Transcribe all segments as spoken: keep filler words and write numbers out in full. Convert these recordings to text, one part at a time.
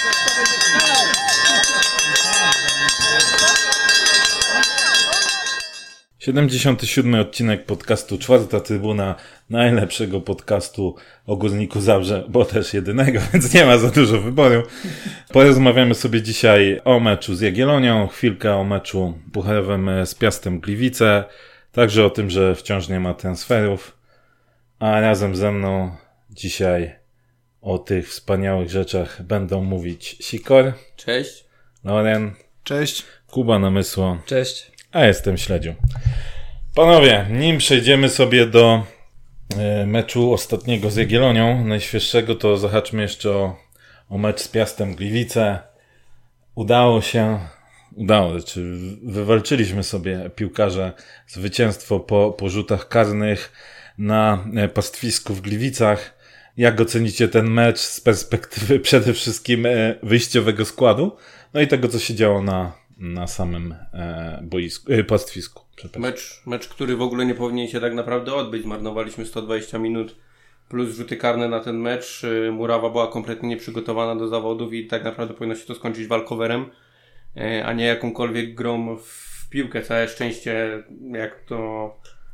siedemdziesiąty siódmy odcinek podcastu Czwarta Trybuna, najlepszego podcastu o Górniku Zabrze, bo też jedynego, więc nie ma za dużo wyboru. Porozmawiamy sobie dzisiaj o meczu z Jagiellonią, chwilkę o meczu pucharowym z Piastem Gliwice, także o tym, że wciąż nie ma transferów, a razem ze mną dzisiaj o tych wspaniałych rzeczach będą mówić Sikor. Cześć. Loren. Cześć. Kuba Namysło. Cześć. A jestem Śledziu. Panowie, nim przejdziemy sobie do y, meczu ostatniego z Jagiellonią, najświeższego, to zahaczmy jeszcze o, o mecz z Piastem Gliwice. Udało się, udało, znaczy wywalczyliśmy sobie piłkarze zwycięstwo po, po rzutach karnych na pastwisku w Gliwicach. Jak ocenicie ten mecz z perspektywy przede wszystkim wyjściowego składu, no i tego, co się działo na na samym e, boisku, e, pastwisku. Mecz, mecz, który w ogóle nie powinien się tak naprawdę odbyć. Zmarnowaliśmy sto dwadzieścia minut plus rzuty karne na ten mecz. Murawa była kompletnie nieprzygotowana do zawodów i tak naprawdę powinno się to skończyć walkowerem, e, a nie jakąkolwiek grą w piłkę. Całe szczęście, jak to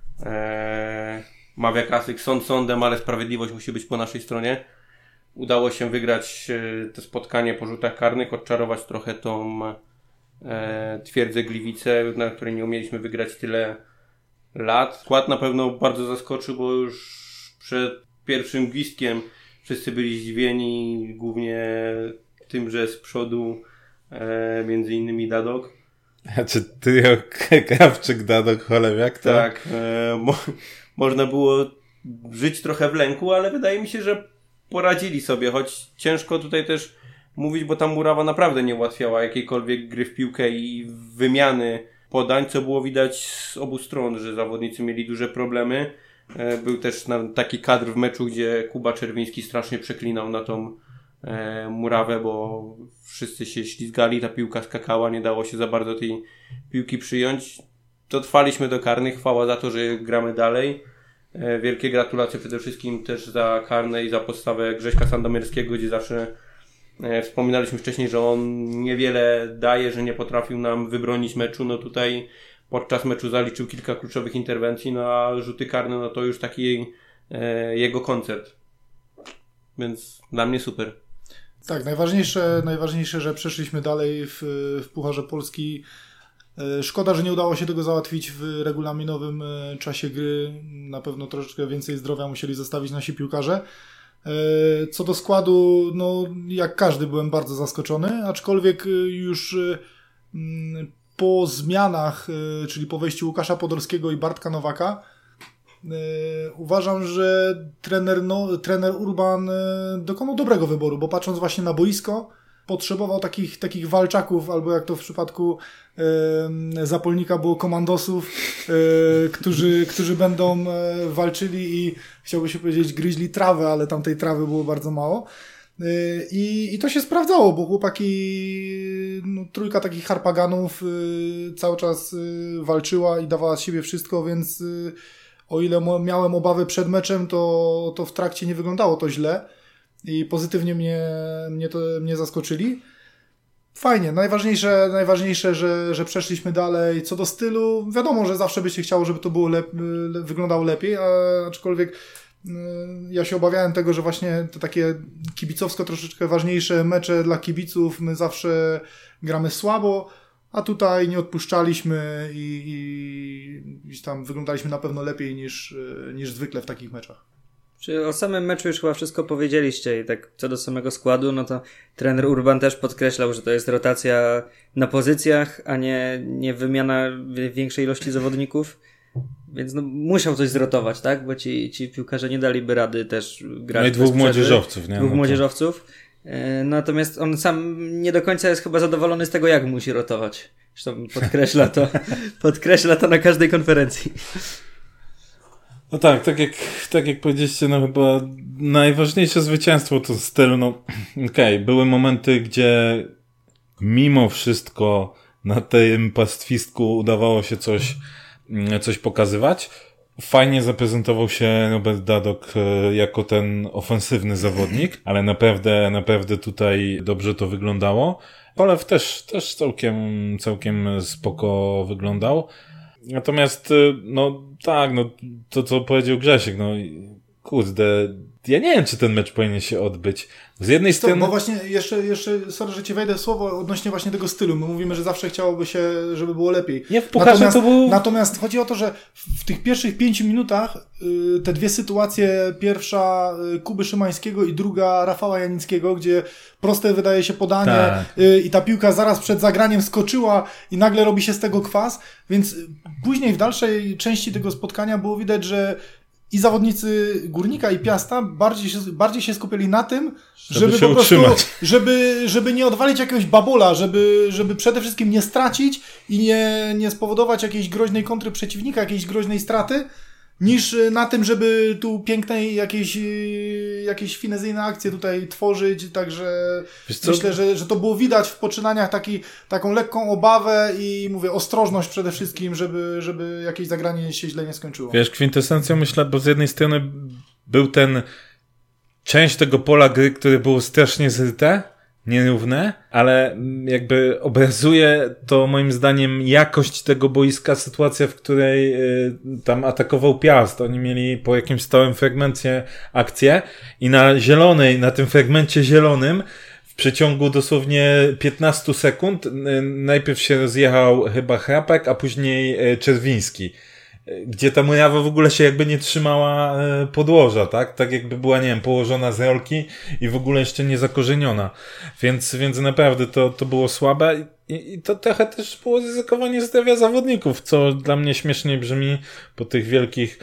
e, mawia klasyk, sąd sądem, ale sprawiedliwość musi być po naszej stronie. Udało się wygrać e, to spotkanie po rzutach karnych, odczarować trochę tą E, twierdzę Gliwice, na której nie umieliśmy wygrać tyle lat. Skład na pewno bardzo zaskoczył, bo już przed pierwszym gwizdkiem wszyscy byli zdziwieni, głównie tym, że z przodu e, między innymi Dadok. A czy trio Krawczyk, Dadok, Cholewiak? To... Tak, e, mo- można było żyć trochę w lęku, ale wydaje mi się, że poradzili sobie, choć ciężko tutaj też mówić, bo ta Murawa naprawdę nie ułatwiała jakiejkolwiek gry w piłkę i wymiany podań, co było widać z obu stron, że zawodnicy mieli duże problemy. Był też taki kadr w meczu, gdzie Kuba Czerwiński strasznie przeklinał na tą Murawę, bo wszyscy się ślizgali, ta piłka skakała, nie dało się za bardzo tej piłki przyjąć. Dotrwaliśmy do karnych, chwała za to, że gramy dalej. Wielkie gratulacje przede wszystkim też za karne i za postawę Grześka Sandomierskiego, gdzie zawsze wspominaliśmy wcześniej, że on niewiele daje, że nie potrafił nam wybronić meczu. No tutaj podczas meczu zaliczył kilka kluczowych interwencji, no a rzuty karne, no to już taki e, jego koncert. Więc dla mnie super. Tak, najważniejsze, najważniejsze, że przeszliśmy dalej w, w Pucharze Polski. Szkoda, że nie udało się tego załatwić w regulaminowym czasie gry. Na pewno troszeczkę więcej zdrowia musieli zostawić nasi piłkarze. Co do składu, no jak każdy byłem bardzo zaskoczony, aczkolwiek już po zmianach, czyli po wejściu Łukasza Podolskiego i Bartka Nowaka, uważam, że trener, no, trener Urban dokonał dobrego wyboru, bo patrząc właśnie na boisko, potrzebował takich, takich walczaków, albo jak to w przypadku e, Zapolnika było komandosów, e, którzy, którzy będą e, walczyli i chciałby się powiedzieć gryźli trawę, ale tamtej trawy było bardzo mało. E, i, I to się sprawdzało, bo chłopaki, no, trójka takich harpaganów e, cały czas e, walczyła i dawała z siebie wszystko, więc e, o ile mo- miałem obawy przed meczem, to, to w trakcie nie wyglądało to źle. I pozytywnie mnie, mnie, to, mnie zaskoczyli. Fajnie, najważniejsze, najważniejsze że, że przeszliśmy dalej. Co do stylu, wiadomo, że zawsze by się chciało, żeby to było lep, wyglądało lepiej, a, aczkolwiek y, ja się obawiałem tego, że właśnie te takie kibicowsko troszeczkę ważniejsze mecze dla kibiców, my zawsze gramy słabo, a tutaj nie odpuszczaliśmy i, i, i tam wyglądaliśmy na pewno lepiej niż, niż zwykle w takich meczach. Czy o samym meczu już chyba wszystko powiedzieliście i tak co do samego składu, no to trener Urban też podkreślał, że to jest rotacja na pozycjach, a nie, nie wymiana większej ilości zawodników, więc no musiał coś zrotować, tak? Bo ci, ci piłkarze nie daliby rady też grać. No i dwóch młodzieżowców, nie? Dwóch no to... młodzieżowców. Natomiast on sam nie do końca jest chyba zadowolony z tego, jak musi rotować. Zresztą podkreśla to, podkreśla to na każdej konferencji. No tak, tak jak, tak jak powiedzieliście, no chyba najważniejsze zwycięstwo to styl, no okej, okay, były momenty, gdzie mimo wszystko na tym pastwisku udawało się coś, coś pokazywać. fajnie zaprezentował się Robert Dadok jako ten ofensywny zawodnik, ale naprawdę, naprawdę tutaj dobrze to wyglądało. Polew też, też całkiem, całkiem spoko wyglądał. Natomiast, no tak, no to co powiedział Grzesiek, no kurde, ja nie wiem, czy ten mecz powinien się odbyć. Z jednej Co, strony... bo właśnie jeszcze, jeszcze, sorry, że ci wejdę w słowo odnośnie właśnie tego stylu. My mówimy, że zawsze chciałoby się, żeby było lepiej. Nie, w pucharze natomiast, to był... natomiast chodzi o to, że w, w tych pierwszych pięciu minutach y, te dwie sytuacje, pierwsza y, Kuby Szymańskiego i druga Rafała Janickiego, gdzie proste wydaje się podanie tak. y, i ta piłka zaraz przed zagraniem skoczyła i nagle robi się z tego kwas, więc później w dalszej części tego spotkania było widać, że i zawodnicy Górnika i Piasta bardziej się, bardziej się skupiali na tym, żeby, żeby po prostu, żeby, żeby nie odwalić jakiegoś babola, żeby, żeby przede wszystkim nie stracić i nie, nie spowodować jakiejś groźnej kontry przeciwnika, jakiejś groźnej straty, niż na tym, żeby tu pięknej jakieś, jakieś finezyjne akcje tutaj tworzyć, także myślę, że, że to było widać w poczynaniach taki, taką lekką obawę i mówię, ostrożność przede wszystkim, żeby, żeby jakieś zagranie się źle nie skończyło. Wiesz, kwintesencją myślę, bo z jednej strony był ten część tego pola gry, które było strasznie zryte, nierówne, ale jakby obrazuje to moim zdaniem jakość tego boiska, sytuacja, w której y, tam atakował Piast. Oni mieli po jakimś stałym fragmencie akcję i na zielonej, na tym fragmencie zielonym w przeciągu dosłownie piętnastu sekund y, najpierw się rozjechał chyba Chrapek, a później y, Czerwiński. Gdzie ta murawa w ogóle się jakby nie trzymała podłoża, tak? Tak jakby była, nie wiem, położona z rolki i w ogóle jeszcze nie zakorzeniona. Więc, więc naprawdę to, to było słabe i, i to trochę też było ryzykowanie zdrowia zawodników, co dla mnie śmiesznie brzmi po tych wielkich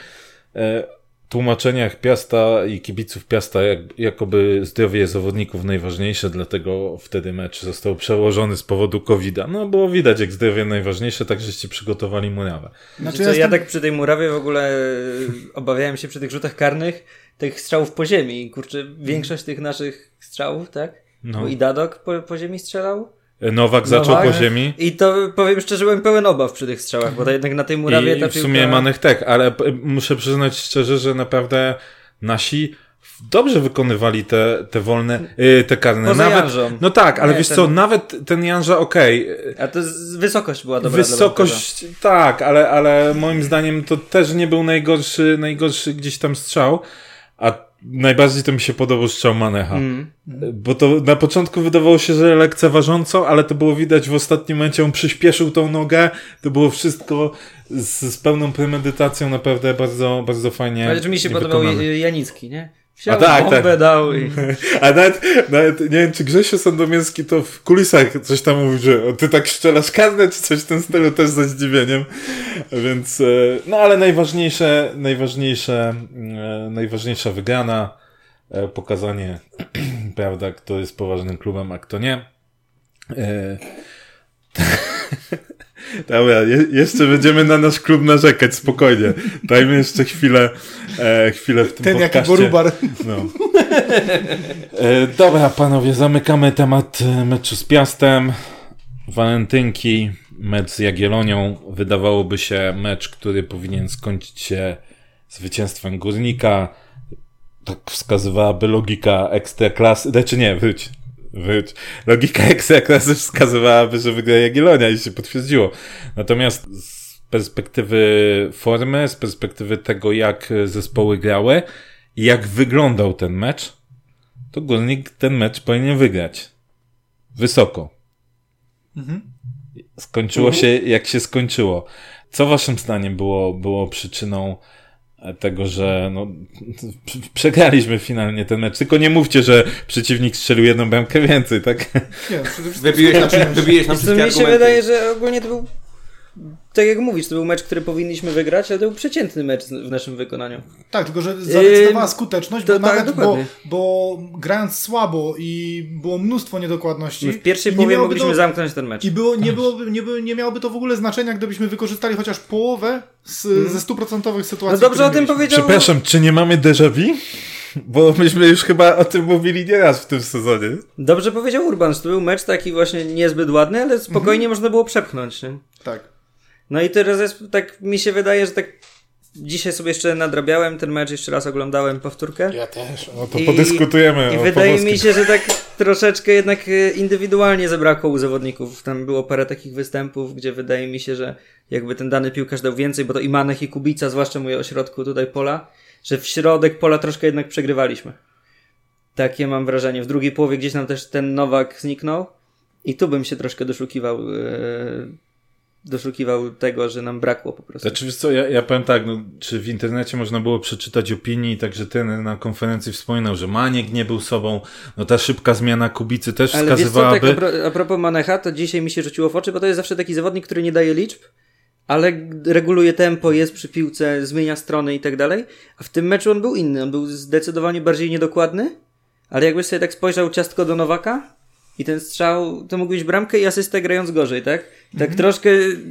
e, tłumaczeniach Piasta i kibiców Piasta, jak, jakoby zdrowie zawodników najważniejsze, dlatego wtedy mecz został przełożony z powodu kowida. No było widać, jak zdrowie najważniejsze, tak żeście przygotowali murawę. Znaczy, co, ja, ja tak przy tej murawie w ogóle obawiałem się przy tych rzutach karnych tych strzałów po ziemi. Kurczę, większość tych naszych strzałów, tak? No. Bo i Dadok po, po ziemi strzelał. Nowak zaczął Nowak. po ziemi. I to powiem szczerze, byłem pełen obaw przy tych strzałach, bo to jednak na tej murawie I ta w sumie piłka... Manych tak, ale muszę przyznać szczerze, że naprawdę nasi dobrze wykonywali te, te wolne, yy, te karne. Poza nawet, Janżą. no tak, ale Nie, wiesz ten... co, nawet ten Janża okej. Okay. A to z... wysokość była dobra. Wysokość, tak, ale, ale moim zdaniem to też nie był najgorszy, najgorszy gdzieś tam strzał, a najbardziej to mi się podobał strzał Manecha. Mm. Bo to na początku wydawało się, że lekceważąco, ale to było widać w ostatnim momencie, on przyspieszył tą nogę, to było wszystko z, z pełną premedytacją, naprawdę bardzo, bardzo fajnie. Ale mi się podobał Janicki, nie? Wsiał, a tak, bombę tak. dał i... A nawet, nawet, nie wiem, czy Grzesiu Sandomierski to w kulisach coś tam mówił, że o, ty tak strzelasz karne, czy coś w tym stylu, też ze zdziwieniem. Więc, no ale najważniejsze, najważniejsze, najważniejsza wygrana, pokazanie, prawda, kto jest poważnym klubem, a kto nie. Dobra, je, jeszcze będziemy na nasz klub narzekać, spokojnie. Dajmy jeszcze chwilę, e, chwilę w tym Ten podcaście. jaki Borubar. No. E, dobra, panowie, zamykamy temat meczu z Piastem. Walentynki, mecz z Jagiellonią. Wydawałoby się mecz, który powinien skończyć się zwycięstwem Górnika. Tak wskazywałaby logika Ekstraklasy. Znaczy nie, wróć. Wróć. Logika Ekstraklasy wskazywałaby, że wygra Jagiellonia i się potwierdziło. Natomiast z perspektywy formy, z perspektywy tego, jak zespoły grały i jak wyglądał ten mecz, to Górnik ten mecz powinien wygrać. Wysoko. Mhm. Skończyło mhm. się jak się skończyło. Co waszym zdaniem było, było przyczyną tego, że no, przegraliśmy finalnie ten mecz. Tylko nie mówcie, że przeciwnik strzelił jedną bramkę więcej, tak? Nie, wybiłeś nam, wybiłeś nam wszystkie mi argumenty. się wydaje, że ogólnie to był, tak jak mówisz, to był mecz, który powinniśmy wygrać, ale to był przeciętny mecz w naszym wykonaniu. Tak, tylko że zadecydowała skuteczność, bo to, nawet, tak, bo, bo grając słabo i było mnóstwo niedokładności. W pierwszej połowie mogliśmy to, zamknąć ten mecz. I było, nie, byłoby, nie, by, nie miałoby to w ogóle znaczenia, gdybyśmy wykorzystali chociaż połowę z, hmm. ze stuprocentowych sytuacji. No dobrze o tym powiedział. Przepraszam, czy nie mamy déjà vu? Bo myśmy już chyba o tym mówili nieraz w tym sezonie. Dobrze powiedział Urban, że to był mecz taki właśnie niezbyt ładny, ale spokojnie hmm. można było przepchnąć. Nie? Tak. No i teraz jest, tak mi się wydaje, że tak dzisiaj sobie jeszcze nadrabiałem ten mecz, jeszcze raz oglądałem powtórkę. Ja też, no to I, podyskutujemy. I o wydaje Pawłowskim. mi się, że tak troszeczkę jednak indywidualnie zabrakło u zawodników. Tam było parę takich występów, gdzie wydaje mi się, że jakby ten dany piłkarz dał więcej, bo to i Manech, i Kubica, zwłaszcza mówię o środku tutaj pola, że w środek pola troszkę jednak przegrywaliśmy. Takie mam wrażenie. W drugiej połowie gdzieś nam też ten Nowak zniknął i tu bym się troszkę doszukiwał yy, doszukiwał tego, że nam brakło po prostu. Znaczy, wiesz co, ja, ja powiem tak, no, czy w internecie można było przeczytać opinii, także ten na konferencji wspominał, że Maniek nie był sobą, no ta szybka zmiana Kubicy też Ale wskazywałaby... wiesz co, tak a, pro, a propos Manecha, to dzisiaj mi się rzuciło w oczy, bo to jest zawsze taki zawodnik, który nie daje liczb, ale reguluje tempo, jest przy piłce, zmienia strony i tak dalej, a w tym meczu on był inny, on był zdecydowanie bardziej niedokładny, ale jakbyś sobie tak spojrzał ciastko do Nowaka i ten strzał, to mógł być bramkę i asystę grając gorzej, tak? Tak mhm. troszkę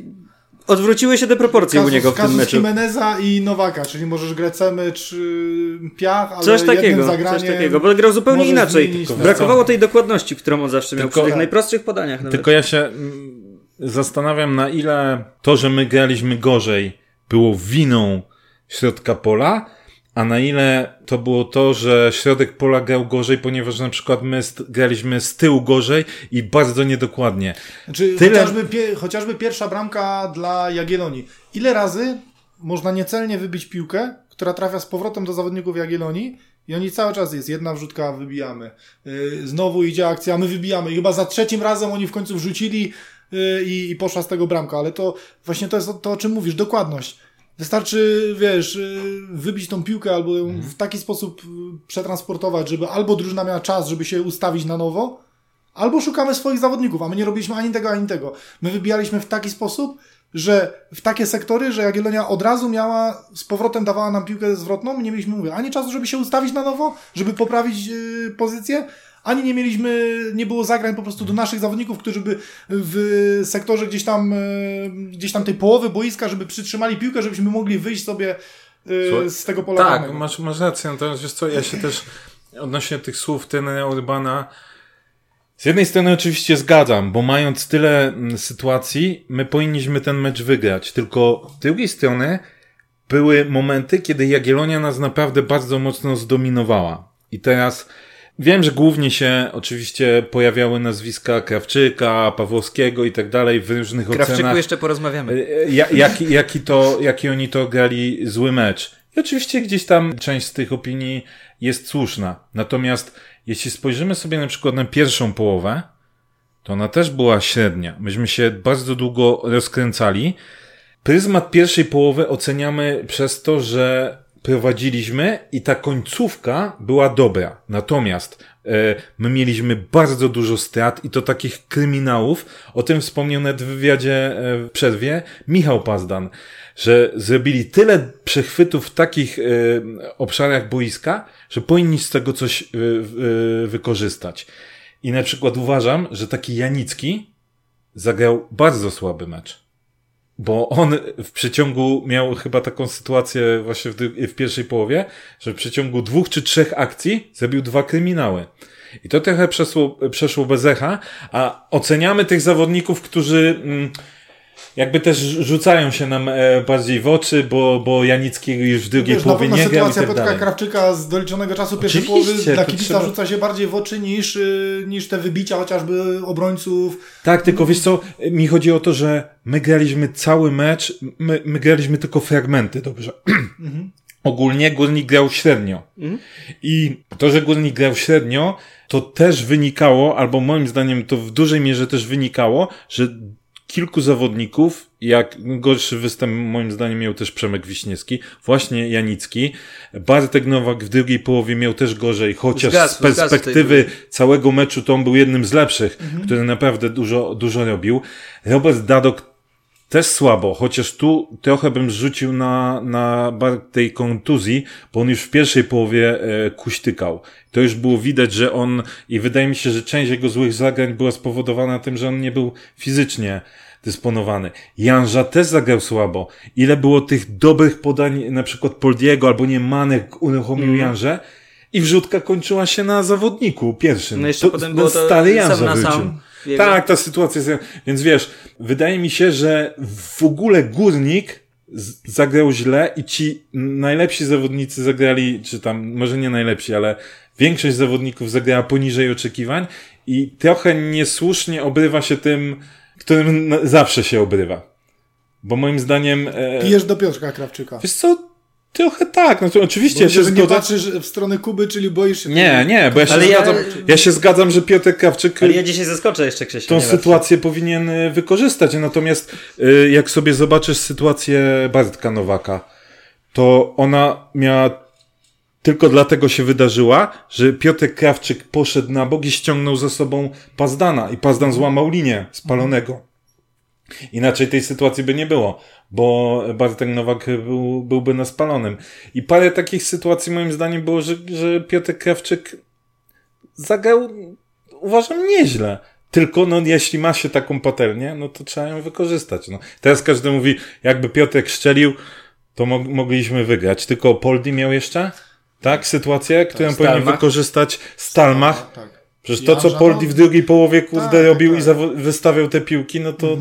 odwróciły się te proporcje kasus, u niego w tym meczu. Jimeneza i Nowaka, czyli możesz grać Semycz, czy Piach, ale coś takiego, zagraniem coś takiego, bo grał zupełnie inaczej. Zmienić, brakowało tej dokładności, którą on zawsze miał tylko, przy tych najprostszych podaniach. Nawet. Tylko ja się mm, zastanawiam, na ile to, że my graliśmy gorzej, było winą środka pola, a na ile to było to, że środek pola grał gorzej, ponieważ na przykład my st- graliśmy z tyłu gorzej i bardzo niedokładnie. Znaczy, Tyle... chociażby, pie- chociażby pierwsza bramka dla Jagiellonii. Ile razy można niecelnie wybić piłkę, która trafia z powrotem do zawodników Jagiellonii i oni cały czas jest jedna wrzutka, wybijamy. Yy, znowu idzie akcja, my wybijamy. I chyba za trzecim razem oni w końcu wrzucili yy, i, i poszła z tego bramka. Ale to właśnie to jest to, o czym mówisz, dokładność. Wystarczy, wiesz, wybić tą piłkę albo ją w taki sposób przetransportować, żeby albo drużyna miała czas, żeby się ustawić na nowo, albo szukamy swoich zawodników, a my nie robiliśmy ani tego, ani tego. My wybijaliśmy w taki sposób, że w takie sektory, że Jagiellonia od razu miała, z powrotem dawała nam piłkę zwrotną, nie mieliśmy, mówię, ani czasu, żeby się ustawić na nowo, żeby poprawić yy, pozycję, ani nie mieliśmy, nie było zagrań po prostu do naszych zawodników, którzy by w sektorze gdzieś tam, gdzieś tam tej połowy boiska, żeby przytrzymali piłkę, żebyśmy mogli wyjść sobie Słuchaj, z tego pola. Tak, masz, masz rację. Natomiast wiesz co, ja się też odnośnie tych słów trenera Urbana z jednej strony oczywiście zgadzam, bo mając tyle sytuacji, my powinniśmy ten mecz wygrać. Tylko z drugiej strony były momenty, kiedy Jagiellonia nas naprawdę bardzo mocno zdominowała. I teraz wiem, że głównie się oczywiście pojawiały nazwiska Krawczyka, Pawłowskiego i tak dalej w różnych Krawczyku ocenach. Krawczyku jeszcze porozmawiamy. Ja, jaki, jaki, to, jaki oni to grali zły mecz. I oczywiście gdzieś tam część z tych opinii jest słuszna. Natomiast jeśli spojrzymy sobie na przykład na pierwszą połowę, to ona też była średnia. Myśmy się bardzo długo rozkręcali. Pryzmat pierwszej połowy oceniamy przez to, że prowadziliśmy i ta końcówka była dobra. Natomiast e, my mieliśmy bardzo dużo strat i to takich kryminałów. O tym wspomniał nawet w wywiadzie e, w przerwie Michał Pazdan, że zrobili tyle przechwytów w takich e, obszarach boiska, że powinni z tego coś e, e, wykorzystać. I na przykład uważam, że taki Janicki zagrał bardzo słaby mecz. Bo on w przeciągu miał chyba taką sytuację właśnie w, w pierwszej połowie, że w przeciągu dwóch czy trzech akcji zrobił dwa kryminały. I to trochę przeszło, przeszło bez echa, a oceniamy tych zawodników, którzy mm, jakby też rzucają się nam e, bardziej w oczy, bo, bo Janicki już w drugiej Wiesz, połowie nie grał i sytuacja tak Piotra dalej. Krawczyka z doliczonego czasu pierwszej Oczywiście, połowy dla to kibica trzeba... rzuca się bardziej w oczy niż, niż te wybicia chociażby obrońców. Tak, tylko wiesz co, mi chodzi o to, że my graliśmy cały mecz, my, my graliśmy tylko fragmenty, dobrze. Mhm. Ogólnie Górnik grał średnio. Mhm. I to, że Górnik grał średnio, to też wynikało, albo moim zdaniem to w dużej mierze też wynikało, że kilku zawodników, jak gorszy występ moim zdaniem miał też Przemek Wiśniewski, właśnie Janicki, Bartek Nowak w drugiej połowie miał też gorzej, chociaż zgaz, z perspektywy całego meczu to on był jednym z lepszych, mhm. który naprawdę dużo, dużo robił. Robert Dadok też słabo, chociaż tu trochę bym zrzucił na, na bark tej kontuzji, bo on już w pierwszej połowie e, kuśtykał. To już było widać, że on, i wydaje mi się, że część jego złych zagrań była spowodowana tym, że on nie był fizycznie dysponowany. Janża też zagrał słabo. Ile było tych dobrych podań, na przykład Poldiego, albo nie Manek uruchomił mm. Janżę i wrzutka kończyła się na zawodniku pierwszym. No jeszcze to, potem było to stary sam Janża na wrócił. sam. Tak, ta sytuacja jest... Więc wiesz, wydaje mi się, że w ogóle Górnik z- zagrał źle i ci najlepsi zawodnicy zagrali, czy tam, może nie najlepsi, ale większość zawodników zagrała poniżej oczekiwań i trochę niesłusznie obrywa się tym, którym na- zawsze się obrywa. Bo moim zdaniem... E, Pijesz do Piotrka Krawczyka. wiesz co, trochę tak, no to oczywiście Bo ja się że nie zgodzę. patrzysz w stronę Kuby, czyli boisz się... Nie, nie, bo ja się, Ale ja- zgadzam, ja się zgadzam, że Piotr Krawczyk Ale ja dzisiaj zaskoczę jeszcze, Krzysiu. tą nie sytuację powinien y, wykorzystać. Natomiast y, jak sobie zobaczysz sytuację Bartka Nowaka, to ona miała tylko dlatego się wydarzyła, że Piotr Krawczyk poszedł na bok i ściągnął za sobą Pazdana i Pazdan złamał linię spalonego. Inaczej tej sytuacji by nie było, bo Bartek Nowak był, byłby na spalonym. I parę takich sytuacji moim zdaniem było, że, że Piotr Krawczyk zagrał, uważam, nieźle. Tylko, no, jeśli ma się taką patelnię, no to trzeba ją wykorzystać. No. Teraz każdy mówi, jakby Piotrek strzelił, to mo- mogliśmy wygrać. Tylko Poldi miał jeszcze, tak, sytuację, którą Tak, powinien Stalmach. wykorzystać Stalmach. Tak. Przecież to, co Janża, Poldi no- w drugiej połowie kurde Tak, robił tak, i tak. zawo- wystawiał te piłki, no to...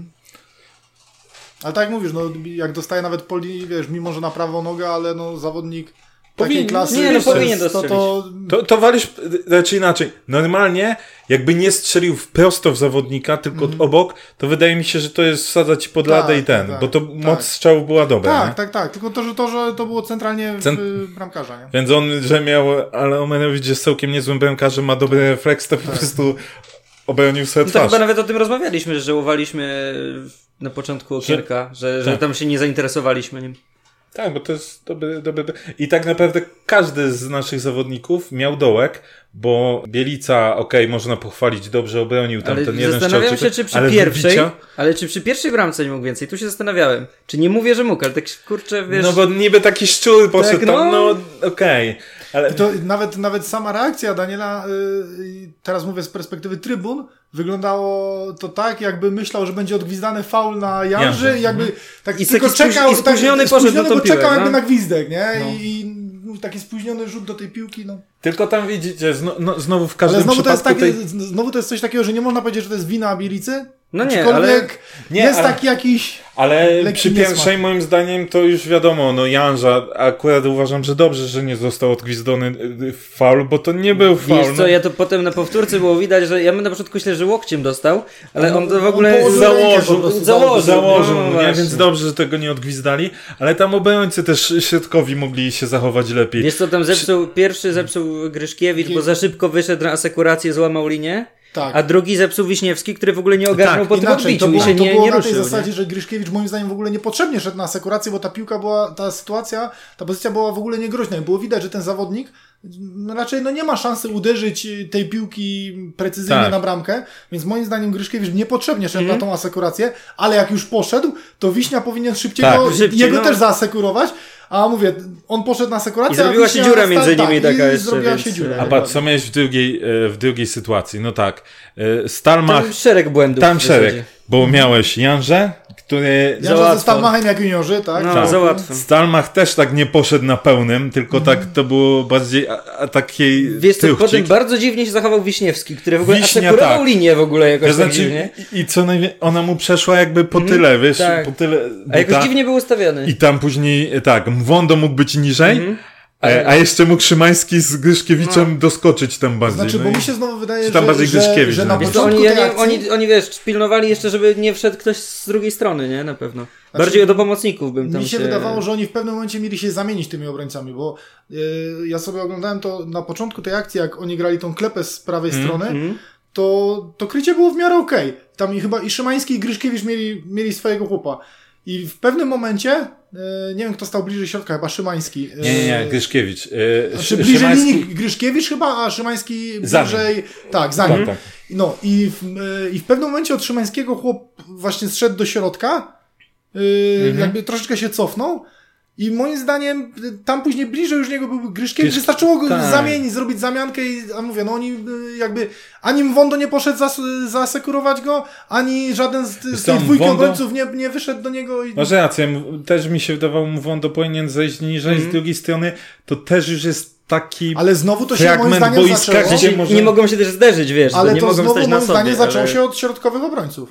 Ale tak jak mówisz, no jak dostaje nawet Poli, wiesz, mimo że na prawą nogę, ale no zawodnik Powinien- takiej klasy, nie, no wiesz, powinien to, to, to To, to walisz, znaczy inaczej, normalnie jakby nie strzelił w prosto w zawodnika, tylko Mhm. obok, to wydaje mi się, że to jest wsadzać ci pod ladę Tak, i ten, tak, bo to tak. moc strzału była dobra, tak, nie? tak, tak, tylko to, że to, że to było centralnie w Cent- y, bramkarza, nie? Więc on, że miał, ale Omenowicz jest całkiem niezłym bramkarzem, ma dobry refleks, to po prostu obronił sobie No to twarz. chyba nawet o tym rozmawialiśmy, że żałowaliśmy na początku okienka, że, że tak. tam się nie zainteresowaliśmy nim. Tak, bo to jest dobry, dobry... I tak naprawdę każdy z naszych zawodników miał dołek, bo Bielica, okej, można pochwalić, dobrze obronił tam Ale ten jeden zastanawiałem strzał, się, czy przy ale pierwszej, wybicia- ale czy przy pierwszej bramce nie mógł więcej. Tu się zastanawiałem. Czy nie mówię, że mógł, ale tak kurczę, wiesz... No bo niby taki szczur poszedł Tak, tam, no. no okej. Ale I to nawet, nawet sama reakcja Daniela, y, teraz mówię z perspektywy trybun, wyglądało to tak, jakby myślał, że będzie odgwizdany faul na Janży Janży, i jakby tak I tylko taki spóź- czekał, i spóźniony tak, poszedł spóźniony, na tą bo czekał piłę, jakby no. na gwizdek, nie? No. I, I no, taki spóźniony rzut do tej piłki, no. tylko tam widzicie, zno, no, znowu w każdym Ale znowu to, jest przypadku takie, tej... z- znowu to jest coś takiego, że nie można powiedzieć, że to jest wina Bielicy. No nie, Aczkolwiek Nie, jest ale- taki jakiś... Ale lekki przy niesmak. pierwszej moim zdaniem to już wiadomo, no Janża, akurat uważam, że dobrze, że nie został odgwizdony y, faul, bo to nie był faul. Wiesz co, no. ja to potem na powtórce było widać, że ja bym na początku myślę, że łokciem dostał, ale on to w on ogóle położył rękę po założył, prostu, założył, założył, no nie? właśnie. Więc dobrze, że tego nie odgwizdali, ale tam obrońcy też środkowi mogli się zachować lepiej. Wiesz co, tam zepsuł, pierwszy zepsuł Gryszkiewicz, bo za szybko wyszedł na asekurację, złamał linię, Tak. a drugi zepsuł Wiśniewski, który w ogóle nie ogarnął Tak, po tym Inaczej, to odbiciu było, i się to nie, było nie na ruszył. tej nie? zasadzie, że Gryszkiewicz moim zdaniem w ogóle niepotrzebnie szedł na asekurację, bo ta piłka była, ta sytuacja, ta pozycja była w ogóle niegroźna i było widać, że ten zawodnik no, raczej no, nie ma szansy uderzyć tej piłki precyzyjnie Tak. na bramkę, więc moim zdaniem Gryszkiewicz niepotrzebnie szedł Mhm. na tą asekurację, ale jak już poszedł, to Wiśnia powinien szybciej Tak, go, szybciej, jego no. też zaasekurować, a mówię, on poszedł na asekurację, I zrobiła a się Wiśnia dziura sta- między tak, nimi taka i jeszcze, zrobiła więc, się dziura. e, A patrz, co miałeś w drugiej, e, w drugiej sytuacji? No tak, e, Stalmach, Tam szereg błędów. tam w zasadzie. szereg, bo miałeś Janżę, który... Ja, że łatwo. ze Stalmachem jak juniorzy, tak? No, Tak. za łatwo. Stalmach też tak nie poszedł na pełnym, tylko tak to było bardziej a, a takiej Wiesz co, tyłchcik. potem bardzo dziwnie się zachował Wiśniewski, który w ogóle Wiśnia, asekurował tak. linię w ogóle jakoś To tak znaczy, dziwnie. i, i co najwie... ona mu przeszła jakby po tyle, wiesz, tak. po tyle A jakoś buta. dziwnie był ustawiony. I tam później, e, tak, Mwondo mógł być niżej, Mhm. e, a jeszcze mógł Szymański z Gryszkiewiczem doskoczyć tam bardziej. Znaczy, no bo i- mi się znowu wydaje, Czy tam że, bardziej że, Gryszkiewicz, że no. na Wiesz co, początku oni, ja tej nie, akcji... oni, oni wiesz, pilnowali jeszcze, żeby nie wszedł ktoś z drugiej strony, nie? Na pewno. Znaczy, Bardziej do pomocników bym tam Mi się, wydawało, że oni w pewnym momencie mieli się zamienić tymi obrońcami, bo yy, ja sobie oglądałem to na początku tej akcji, jak oni grali tą klepę z prawej strony, Mhm. to, to krycie było w miarę okej. Tam i chyba i Szymański i Gryszkiewicz mieli, mieli swojego chłopa. I w pewnym momencie, yy, nie wiem kto stał bliżej środka, chyba Szymański. Yy, Nie, nie, nie, Gryszkiewicz. E, Znaczy Szy- bliżej Szymański- linii Gryszkiewicz chyba, a Szymański Za nim. bliżej... Tak, za nim. Tak, tak. No i w, yy, i w pewnym momencie od Szymańskiego chłop właśnie zszedł do środka, yy, Mhm. jakby troszeczkę się cofnął i moim zdaniem y, tam później bliżej już niego był Gryszkiewicz, Grysz- wystarczyło go tak. zamienić, zrobić zamiankę i a mówię, no oni y, jakby ani Mwondo nie poszedł zas, zaasekurować go, ani żaden z, z co, tych dwójki Mwondo- obrońców nie, nie wyszedł do niego i... Masz rację, m- też mi się wydawało, Mwondo powinien zejść niżej, Mhm. z drugiej strony to też już jest taki... Ale znowu to się Fragment moim zdaniem boiska, zaczęło... gdzie Gdzie może- nie mogą się też zderzyć, wiesz, Ale nie to mogą znowu stać na moim sobie. zdaniem zaczęło ale... się od środkowych obrońców.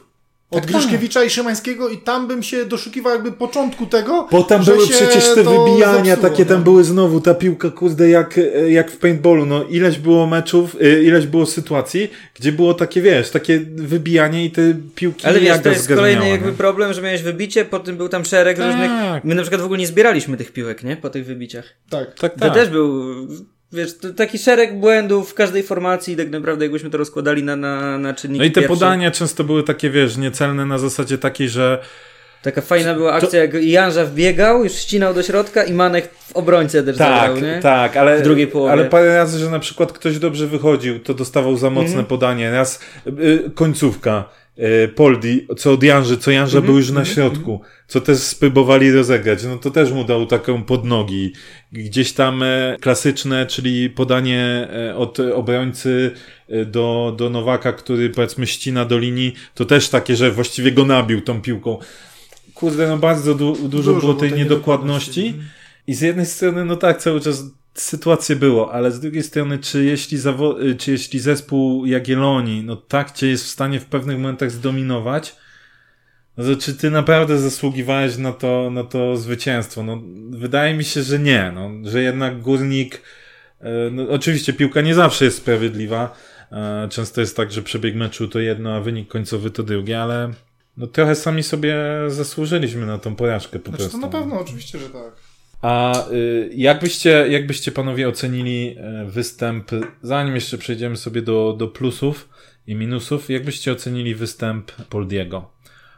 Od tak, Gryszkiewicza i Szymańskiego i tam bym się doszukiwał jakby początku tego, bo tam że były się przecież te to wybijania, zepsuło, takie tam nie? były znowu, ta piłka, kurde, jak, jak w paintballu, no ileś było meczów, y, ileś było sytuacji, gdzie było takie, wiesz, takie wybijanie i te piłki Ale wiesz, jak to jest zgarniała, kolejny jakby nie? problem, że miałeś wybicie, potem był tam szereg Tak. różnych... My na przykład w ogóle nie zbieraliśmy tych piłek, nie? Po tych wybiciach. Tak. Tak, To tak. też był, wiesz, to taki szereg błędów w każdej formacji i tak naprawdę jakbyśmy to rozkładali na, na, na czynniki No i te pierwsze. podania często były takie, wiesz, niecelne na zasadzie takiej, że Taka fajna była akcja, jak Janża wbiegał, już ścinał do środka i Manek w obrońcę też tak, zagrał, nie? tak, ale, W drugiej połowie. ale parę razy, że na przykład ktoś dobrze wychodził, to dostawał za mocne Mhm. podanie. Raz y, końcówka, y, Poldi, co od Janży, co Janża Mhm. był już na środku, co też spróbowali rozegrać, no to też mu dał taką podnogi. Gdzieś tam e, klasyczne, czyli podanie e, od obrońcy e, do, do Nowaka, który powiedzmy ścina do linii, to też takie, że właściwie go nabił tą piłką. Kurde, no bardzo du- dużo, dużo było tej niedokładności. niedokładności. I z jednej strony, no tak, cały czas sytuacje było, ale z drugiej strony, czy jeśli, zawo- czy jeśli zespół Jagiellonii, no tak cię jest w stanie w pewnych momentach zdominować, no to czy ty naprawdę zasługiwałeś na to, na to zwycięstwo? No, wydaje mi się, że nie, no, że jednak Górnik, e, no, oczywiście piłka nie zawsze jest sprawiedliwa, e, często jest tak, że przebieg meczu to jedno, a wynik końcowy to drugie, ale no trochę sami sobie zasłużyliśmy na tą porażkę po Znaczy, prostu. to na pewno, oczywiście, że tak. A y, jakbyście, jakbyście panowie ocenili y, występ, zanim jeszcze przejdziemy sobie do, do plusów i minusów, jakbyście ocenili występ Poldiego?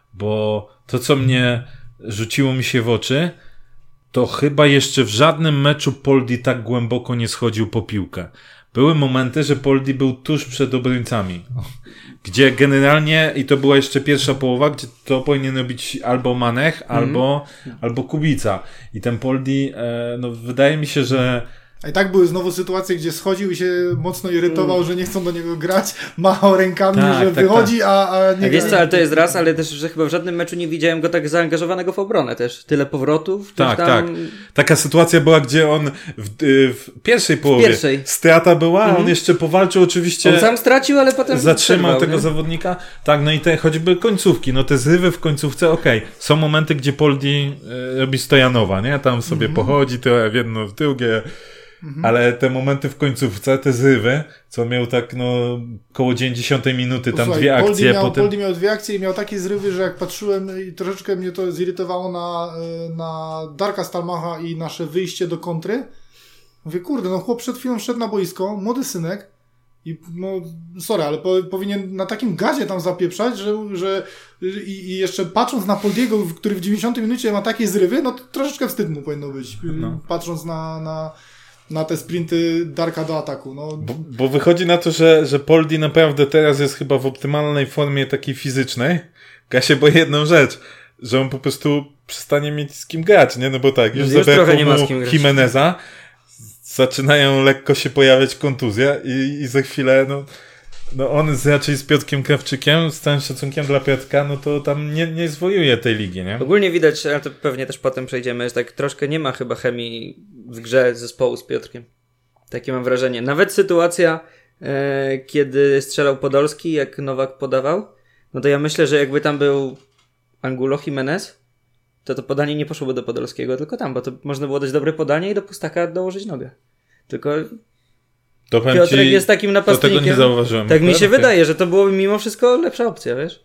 Bo to, co mnie rzuciło mi się w oczy, to chyba jeszcze w żadnym meczu Poldi tak głęboko nie schodził po piłkę. Były momenty, że Poldi był tuż przed obrońcami, gdzie generalnie, i to była jeszcze pierwsza połowa, gdzie to powinien robić albo Manech, Mhm. albo, albo Kubica. I ten Poldi, e, no wydaje mi się, że A i tak były znowu sytuacje, gdzie schodził i się mocno irytował, że nie chcą do niego grać, machał rękami, Tak, że tak, wychodzi, a, a nie A wiesz gra. co, ale to jest raz, ale też, że chyba w żadnym meczu nie widziałem go tak zaangażowanego w obronę też. Tyle powrotów. tak, tam... tak. Taka sytuacja była, gdzie on w, w pierwszej połowie pierwszej. strata była, Mhm. on jeszcze powalczył oczywiście. On sam stracił, ale potem Zatrzymał przerwał, tego nie? zawodnika. Tak, no i te choćby końcówki, no te zrywy w końcówce, okej. Okay. Są momenty, gdzie Poldi y, robi Stojanowa, nie? Tam sobie Mhm. pochodzi trochę w jedno, w drugie. Mhm. Ale te momenty w końcówce, te zrywy, co miał tak, no, koło dziewięćdziesiątej minuty, tam Posłuchaj, dwie Poldi akcje, miał, potem... Poldi miał dwie akcje i miał takie zrywy, że jak patrzyłem i troszeczkę mnie to zirytowało na, y, na Darka Stalmacha i nasze wyjście do kontry. Mówię, kurde, no chłop przed chwilą wszedł na boisko, młody synek i no, sorry, ale po, powinien na takim gazie tam zapieprzać, że, że i, i jeszcze patrząc na Poldiego, który w dziewięćdziesiątej minucie ma takie zrywy, no to troszeczkę wstyd mu powinno być, No. patrząc na, na, na te sprinty Darka do ataku. No. Bo, bo wychodzi na to, że, że Poldi naprawdę teraz jest chyba w optymalnej formie takiej fizycznej. Ja się boję jedną rzecz, że on po prostu przestanie mieć z kim grać, nie? No bo tak, już, Już zabrakło trochę nie ma mu z kim grać. Jimeneza, zaczynają lekko się pojawiać kontuzje i, i za chwilę, no, no on z, raczej z Piotrkiem Krawczykiem, z całym szacunkiem dla Piotrka, no to tam nie, nie zwojuje tej ligi, nie? Ogólnie widać, ale to pewnie też potem przejdziemy, że tak troszkę nie ma chyba chemii w grze zespołu z Piotrkiem. Takie mam wrażenie. Nawet sytuacja, e, kiedy strzelał Podolski, jak Nowak podawał, no to ja myślę, że jakby tam był Angulo Jimenez, to to podanie nie poszłoby do Podolskiego, tylko tam, bo to można było dać dobre podanie i do Pustaka dołożyć nogę. Tylko To powiem Piotrek ci, jest takim to napastnikiem. tego nie zauważyłem. Tak mi się Okej. wydaje, że to byłoby mimo wszystko lepsza opcja, wiesz?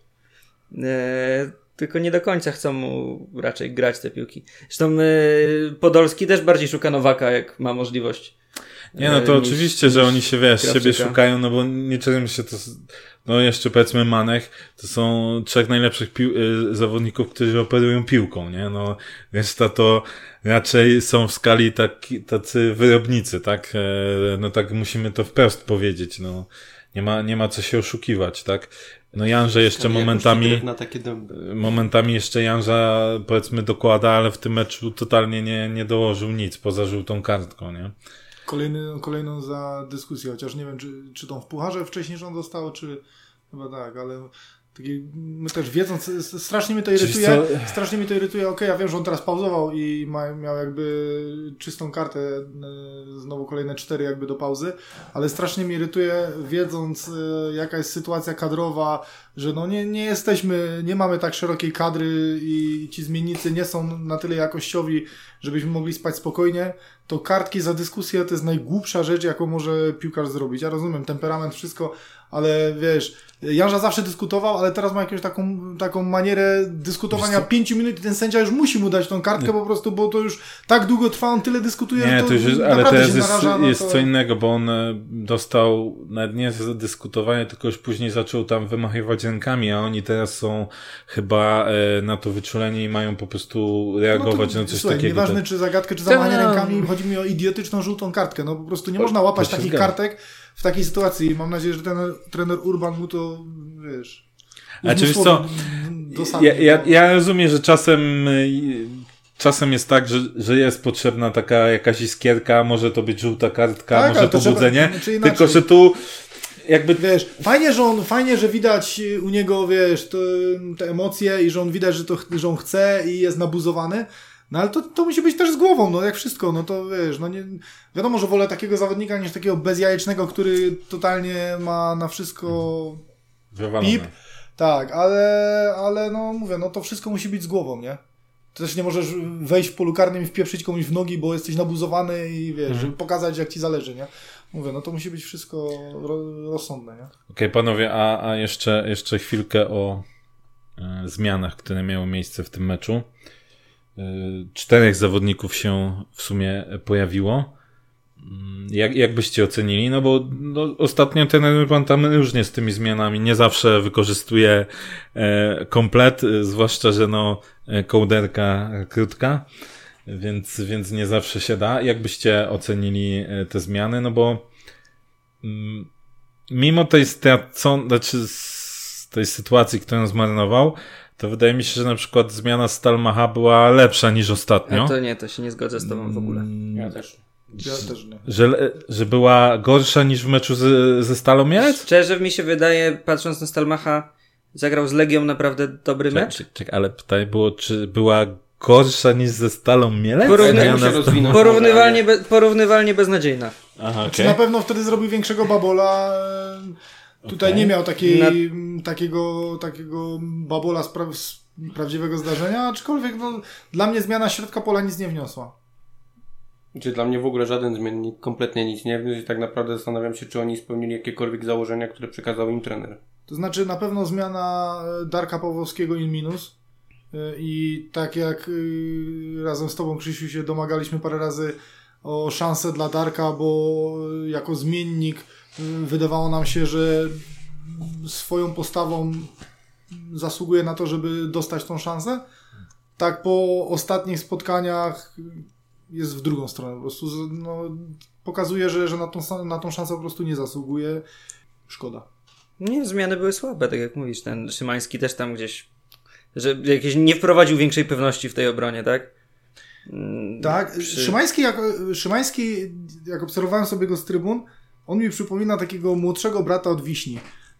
Eee, tylko nie do końca chcą mu raczej grać te piłki. Zresztą e, Podolski też bardziej szuka Nowaka, jak ma możliwość. Nie, no to e, niż- oczywiście, że niż oni się, wiesz, Krawczyka. siebie szukają, no bo nie czym się to, no jeszcze powiedzmy Manech, to są trzech najlepszych pił- y, zawodników, którzy operują piłką, nie, no reszta to raczej są w skali taki, tacy wyrobnicy, tak, e, no tak musimy to wprost powiedzieć, no nie ma, nie ma co się oszukiwać, tak. No Janże jeszcze Ale momentami, jakoś na takie dęby. momentami jeszcze Janża powiedzmy dokłada, ale w tym meczu totalnie nie, nie dołożył nic poza żółtą kartką, nie. Kolejny, kolejną za dyskusję, chociaż nie wiem, czy, czy tą w pucharze wcześniej rząd dostało, czy chyba tak, ale Taki, my też wiedząc, strasznie mnie to irytuje, strasznie mnie to irytuje, okej, okay, ja wiem, że on teraz pauzował i ma, miał jakby czystą kartę, znowu kolejne cztery jakby do pauzy, ale strasznie mnie irytuje, wiedząc jaka jest sytuacja kadrowa, że no nie, nie jesteśmy, nie mamy tak szerokiej kadry i ci zmiennicy nie są na tyle jakościowi, żebyśmy mogli spać spokojnie, to kartki za dyskusję to jest najgłupsza rzecz, jaką może piłkarz zrobić. Ja rozumiem, temperament, wszystko, ale wiesz, Janża zawsze dyskutował, ale teraz ma jakąś taką, taką manierę dyskutowania pięciu minut i ten sędzia już musi mu dać tą kartkę nie. po prostu, bo to już tak długo trwa, on tyle dyskutuje, nie, że to, to już jest, ale naprawdę teraz się jest, naraża, no jest to... co innego, bo on dostał nawet nie za dyskutowanie, tylko już później zaczął tam wymachiwać rękami, a oni teraz są chyba e, na to wyczuleni i mają po prostu reagować no to, na coś słuchaj, takiego. Nieważne tak. czy zagadkę, czy zamachanie rękami, chodzi mi o idiotyczną żółtą kartkę, no po prostu nie można łapać takich zgadza. kartek w takiej sytuacji. Mam nadzieję, że ten trener Urban mu to, wiesz... A czy wiesz co, ja, ja, ja rozumiem, że czasem czasem jest tak, że, że jest potrzebna taka jakaś iskierka, może to być żółta kartka, tak, może pobudzenie, trzeba, tylko że tu jakby... Wiesz, fajnie, że on, fajnie, że widać u niego, wiesz, to, te emocje i że on widać, że, to, że on chce i jest nabuzowany, no ale to, to musi być też z głową, no jak wszystko, no to wiesz, no nie, wiadomo, że wolę takiego zawodnika niż takiego bezjajecznego, który totalnie ma na wszystko wywalone. Pip. Tak, ale, ale no mówię, no to wszystko musi być z głową, nie? Ty też nie możesz wejść w polu karnym i wpieprzyć komuś w nogi, bo jesteś nabuzowany i wiesz, mhm. żeby pokazać, jak ci zależy, nie? Mówię, no to musi być wszystko ro- rozsądne, nie? Okej, okay, panowie, a, a jeszcze, jeszcze chwilkę o e, zmianach, które miały miejsce w tym meczu. E, czterech zawodników się w sumie pojawiło. Jak, jak byście ocenili? No bo no, ostatnio ten pan tam różnie z tymi zmianami, nie zawsze wykorzystuje e, komplet, e, zwłaszcza, że no e, kołderka krótka, więc, więc nie zawsze się da. Jak byście ocenili e, te zmiany? No bo mm, mimo tej stracon, znaczy z tej sytuacji, którą zmarnował, to wydaje mi się, że na przykład zmiana Stalmacha była lepsza niż ostatnio. A to nie, to się nie zgodzę z tobą w ogóle. Ja też. Ja też nie. Że, że była gorsza niż w meczu z, ze Stalą Mielec? Szczerze mi się wydaje, patrząc na Stalmacha, zagrał z Legią naprawdę dobry czek, mecz. Czek, czek, ale pytanie było, czy była gorsza niż ze Stalą Mielec? Porówny... Ja porównywalnie, be, porównywalnie beznadziejna. Aha, okay. Czy na pewno wtedy zrobił większego babola? Tutaj okay. nie miał takiej, na... takiego, takiego babola z, pra... z prawdziwego zdarzenia, aczkolwiek no, dla mnie zmiana środka pola nic nie wniosła. Czy dla mnie w ogóle żaden zmiennik kompletnie nic nie wniósł i tak naprawdę zastanawiam się, czy oni spełnili jakiekolwiek założenia, które przekazał im trener. To znaczy na pewno zmiana Darka Pawłowskiego in minus i tak jak razem z tobą, Krzysiu, się domagaliśmy parę razy o szansę dla Darka, bo jako zmiennik wydawało nam się, że swoją postawą zasługuje na to, żeby dostać tą szansę. Tak po ostatnich spotkaniach jest w drugą stronę. Po prostu no, pokazuje, że, że na, tą, na tą szansę po prostu nie zasługuje. Szkoda. Nie, zmiany były słabe, tak jak mówisz. Ten Szymański też tam gdzieś, że jakieś nie wprowadził większej pewności w tej obronie, tak? Tak. Przy... Szymański, jak, Szymański, jak obserwowałem sobie go z trybun, on mi przypomina takiego młodszego brata od Wiśni.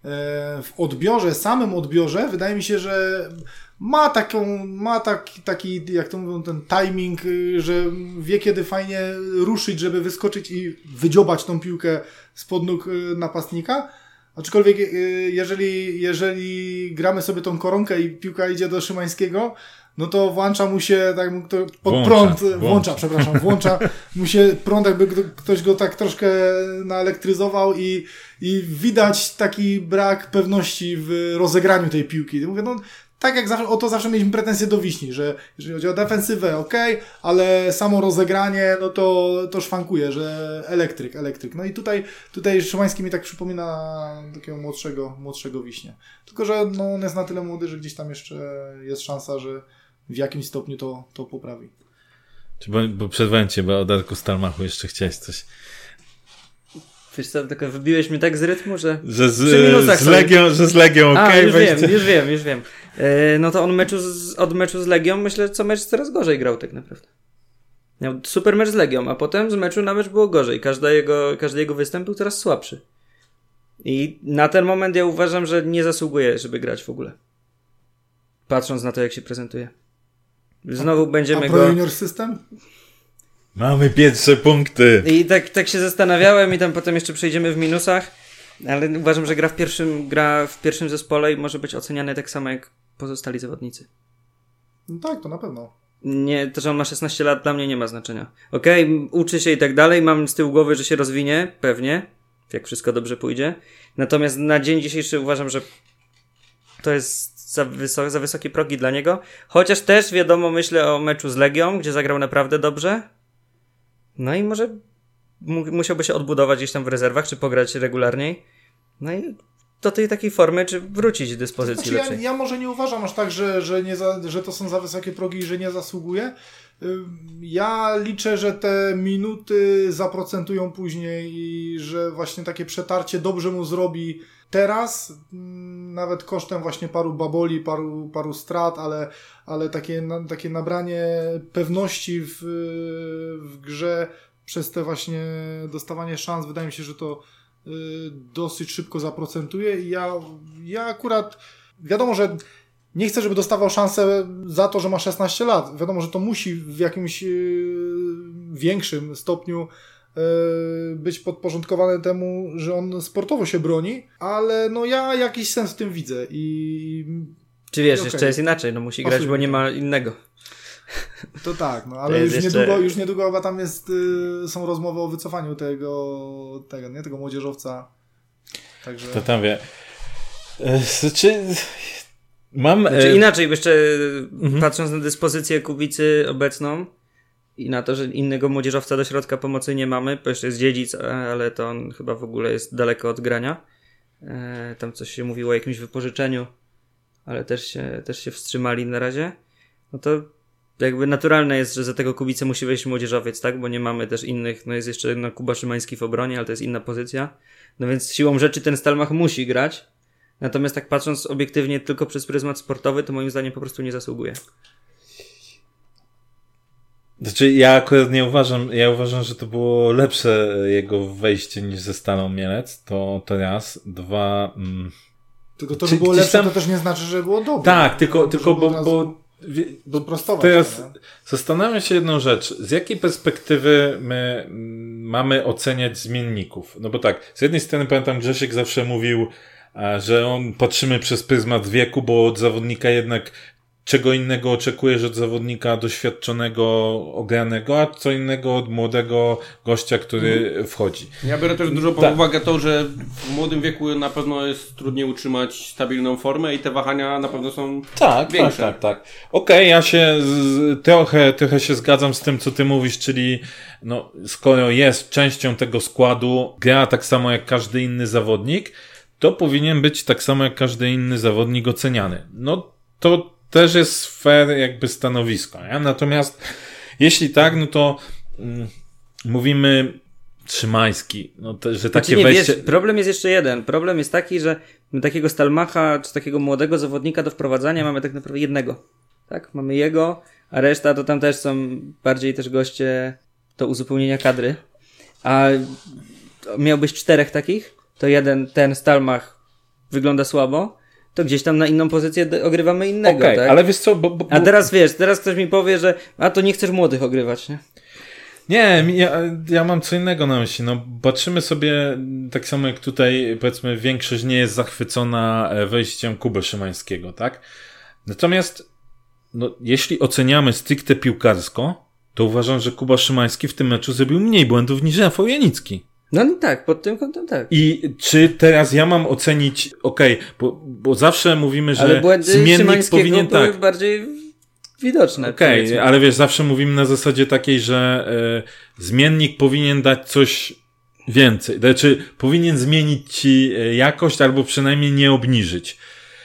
W odbiorze, samym odbiorze, wydaje mi się, że ma taką, ma taki, taki, jak to mówią, ten timing, że wie kiedy fajnie ruszyć, żeby wyskoczyć i wydziobać tą piłkę spod nóg napastnika. Aczkolwiek jeżeli, jeżeli gramy sobie tą koronkę i piłka idzie do Szymańskiego, no to włącza mu się, tak to pod włącza, prąd, włącza, włącza, przepraszam, włącza mu się prąd, jakby ktoś go tak troszkę naelektryzował i, i widać taki brak pewności w rozegraniu tej piłki. Mówię, no tak jak zawsze, o to zawsze mieliśmy pretensje do Wiśni, że jeżeli chodzi o defensywę, okej, okay, ale samo rozegranie, no to, to szwankuje, że elektryk, elektryk. No i tutaj, tutaj Szymański mi tak przypomina takiego młodszego, młodszego Wiśnie. Tylko, że no, on jest na tyle młody, że gdzieś tam jeszcze jest szansa, że w jakimś stopniu to, to poprawi. Bo, bo przerwałem cię, bo o Darku Stalmachu jeszcze chciałeś coś. Wiesz co, tylko wybiłeś mnie tak z rytmu, że... Że z, z Legią, że z Legią, okej. Okay, już wiem, już wiem, już wiem. E, no to on meczu z, od meczu z Legią, myślę, co mecz coraz gorzej grał tak naprawdę. Miał super mecz z Legią, a potem z meczu na mecz było gorzej. Każda jego, każdy jego występ był coraz słabszy. I na ten moment ja uważam, że nie zasługuje, żeby grać w ogóle. Patrząc na to, jak się prezentuje. Znowu a, będziemy a go... Pro Junior System? Mamy pierwsze punkty. I tak, tak się zastanawiałem i tam potem jeszcze przejdziemy w minusach, ale uważam, że gra w pierwszym, gra w pierwszym zespole i może być oceniany tak samo jak pozostali zawodnicy. No tak, to na pewno. Nie, to, że on ma szesnaście lat, dla mnie nie ma znaczenia. Okej, okay, uczy się i tak dalej, mam z tyłu głowy, że się rozwinie, pewnie, jak wszystko dobrze pójdzie. Natomiast na dzień dzisiejszy uważam, że to jest za, wysok, za wysokie progi dla niego. Chociaż też wiadomo, myślę o meczu z Legią, gdzie zagrał naprawdę dobrze. No i może mu, musiałby się odbudować gdzieś tam w rezerwach, czy pograć regularniej. No i do tej takiej formy, czy wrócić do dyspozycji Znaczy, lepszej. ja, ja może nie uważam aż tak, że, że, nie za, że to są za wysokie progi i że nie zasługuje. Ja liczę, że te minuty zaprocentują później i że właśnie takie przetarcie dobrze mu zrobi teraz, nawet kosztem właśnie paru baboli, paru, paru strat, ale, ale takie, takie nabranie pewności w, w grze przez te właśnie dostawanie szans, wydaje mi się, że to dosyć szybko zaprocentuje i ja, ja akurat wiadomo, że nie chcę, żeby dostawał szansę za to, że ma szesnaście lat. Wiadomo, że to musi w jakimś yy, większym stopniu yy, być podporządkowane temu, że on sportowo się broni, ale no ja jakiś sens w tym widzę i... Czy wiesz, okay. jeszcze jest inaczej, no musi grać, bo nie ma innego. To tak, no ale już, jeszcze... niedługo, już niedługo chyba tam jest, yy, są rozmowy o wycofaniu tego, tego, nie, tego młodzieżowca. Także... To tam wie. Znaczy... Mam... Znaczy e... inaczej, jeszcze mhm. patrząc na dyspozycję Kubicy obecną i na to, że innego młodzieżowca do środka pomocy nie mamy, bo jeszcze jest Dziedzic, ale to on chyba w ogóle jest daleko od grania. E, tam coś się mówiło o jakimś wypożyczeniu, ale też się, też się wstrzymali na razie. No to jakby naturalne jest, że za tego Kubicę musi wejść młodzieżowiec, tak? Bo nie mamy też innych, no jest jeszcze no, Kuba Szymański w obronie, ale to jest inna pozycja. No więc siłą rzeczy ten Stelmach musi grać. Natomiast tak patrząc obiektywnie tylko przez pryzmat sportowy, to moim zdaniem po prostu nie zasługuje. Znaczy ja akurat nie uważam, ja uważam, że to było lepsze jego wejście niż ze Stalą Mielec, to, to raz, dwa... Mm, tylko to, że było lepsze, tam... to też nie znaczy, że było dobre. Tak, tylko, tylko bo, bo, bo, bo teraz to, zastanawiam się jedną rzecz, z jakiej perspektywy my mamy oceniać zmienników? No bo tak, z jednej strony pamiętam Grzesiek zawsze mówił, że on patrzymy przez pryzmat wieku, bo od zawodnika jednak czego innego oczekujesz od zawodnika doświadczonego, ogranego, a co innego od młodego gościa, który mhm. wchodzi. Ja biorę też dużo pod tak. uwagę to, że w młodym wieku na pewno jest trudniej utrzymać stabilną formę i te wahania na pewno są tak, większe. Tak, tak, tak. Okej, okay, ja się z, trochę, trochę się zgadzam z tym, co ty mówisz, czyli no, skoro jest częścią tego składu, gra tak samo jak każdy inny zawodnik, to powinien być tak samo jak każdy inny zawodnik oceniany. No to też jest fair jakby stanowisko. Nie? Natomiast jeśli tak, no to mm, mówimy Szymański, no to, że takie znaczy nie, wejście... Wiesz, problem jest jeszcze jeden. Problem jest taki, że my takiego Stalmacha, czy takiego młodego zawodnika do wprowadzania mamy tak naprawdę jednego. Tak? Mamy jego, a reszta to tam też są bardziej też goście do uzupełnienia kadry. A miałbyś czterech takich, to jeden, ten Stalmach wygląda słabo, to gdzieś tam na inną pozycję ogrywamy innego, okay, tak? ale wiesz co, bo, bo, bo... A teraz wiesz, teraz ktoś mi powie, że a to nie chcesz młodych ogrywać, nie? Nie, ja, ja mam co innego na myśli. No, patrzymy sobie, tak samo jak tutaj, powiedzmy, większość nie jest zachwycona wejściem Kuby Szymańskiego, tak? Natomiast, no, jeśli oceniamy stricte piłkarsko, to uważam, że Kuba Szymański w tym meczu zrobił mniej błędów niż Rafał Janicki. No tak, pod tym kątem tak. I czy teraz ja mam ocenić, okej, okay, bo, bo zawsze mówimy, że ale błędy zmiennik powinien były tak. bardziej widoczne. Okej, okay, ale wiesz, zawsze mówimy na zasadzie takiej, że y, zmiennik powinien dać coś więcej. Znaczy, powinien zmienić ci jakość albo przynajmniej nie obniżyć.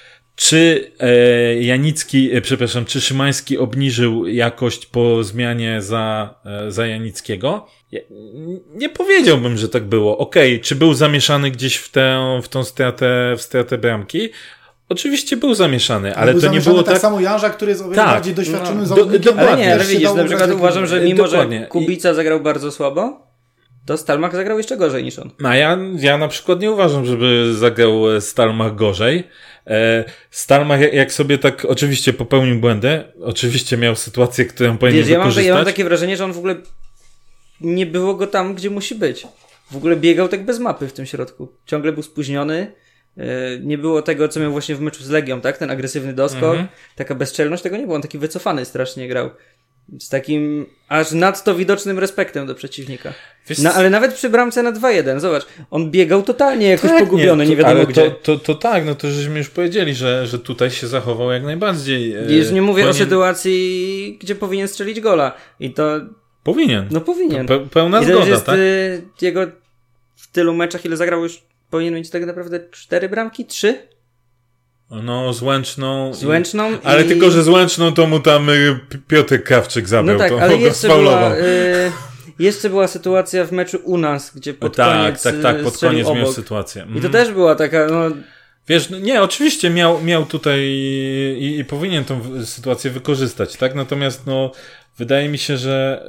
Czy e, Janicki, e, przepraszam, czy Szymański obniżył jakość po zmianie za, e, za Janickiego? Ja, nie powiedziałbym, że tak było. Okej, okay, czy był zamieszany gdzieś w tę, w tą stratę, w stratę bramki? Oczywiście był zamieszany, ale był to nie było tak... tak samo Janża, który jest o wiele tak, bardziej doświadczonym no, zawodnikiem. Do, ale nie, ale widzisz, na przykład uważam, że mimo, dokładnie. że Kubica zagrał bardzo słabo, to Stalmach zagrał jeszcze gorzej niż on. A ja, ja na przykład nie uważam, żeby zagrał Stalmach gorzej. Stalmach, jak sobie tak oczywiście popełnił błędy, oczywiście miał sytuację, którą powinien Wiesz, ja mam, wykorzystać. ja mam takie wrażenie, że on w ogóle nie było go tam, gdzie musi być. W ogóle biegał tak bez mapy w tym środku. Ciągle był spóźniony. Nie było tego, co miał właśnie w meczu z Legią, tak? Ten agresywny doskok, mhm. taka bezczelność, tego nie było. On taki wycofany strasznie grał. Z takim aż nadto widocznym respektem do przeciwnika. Wiesz, no, ale nawet przy bramce na dwa jeden, zobacz, on biegał totalnie jakoś tak, pogubiony, nie, to, nie wiadomo ale gdzie. To, to, to tak, no to żeśmy już powiedzieli, że, że tutaj się zachował jak najbardziej. E, już nie mówię powinien... o sytuacji, gdzie powinien strzelić gola. I to... Powinien. No powinien. Pe, pełna I zgoda, jest, tak? Y, jego w tylu meczach, ile zagrał, już powinien mieć tak naprawdę cztery bramki? Trzy? No, z Łęczną. Z Łęczną. I... Ale i... tylko, że z Łęczną to mu tam y, Piotr Krawczyk zabrał. No tak, to ale jeszcze była, y, jeszcze była sytuacja w meczu u nas, gdzie pod tak, koniec Tak, tak, pod koniec obok. miał sytuację. Mm. I to też była taka, no... Wiesz, no nie, oczywiście miał, miał tutaj i, i powinien tą sytuację wykorzystać, tak? Natomiast no, wydaje mi się, że,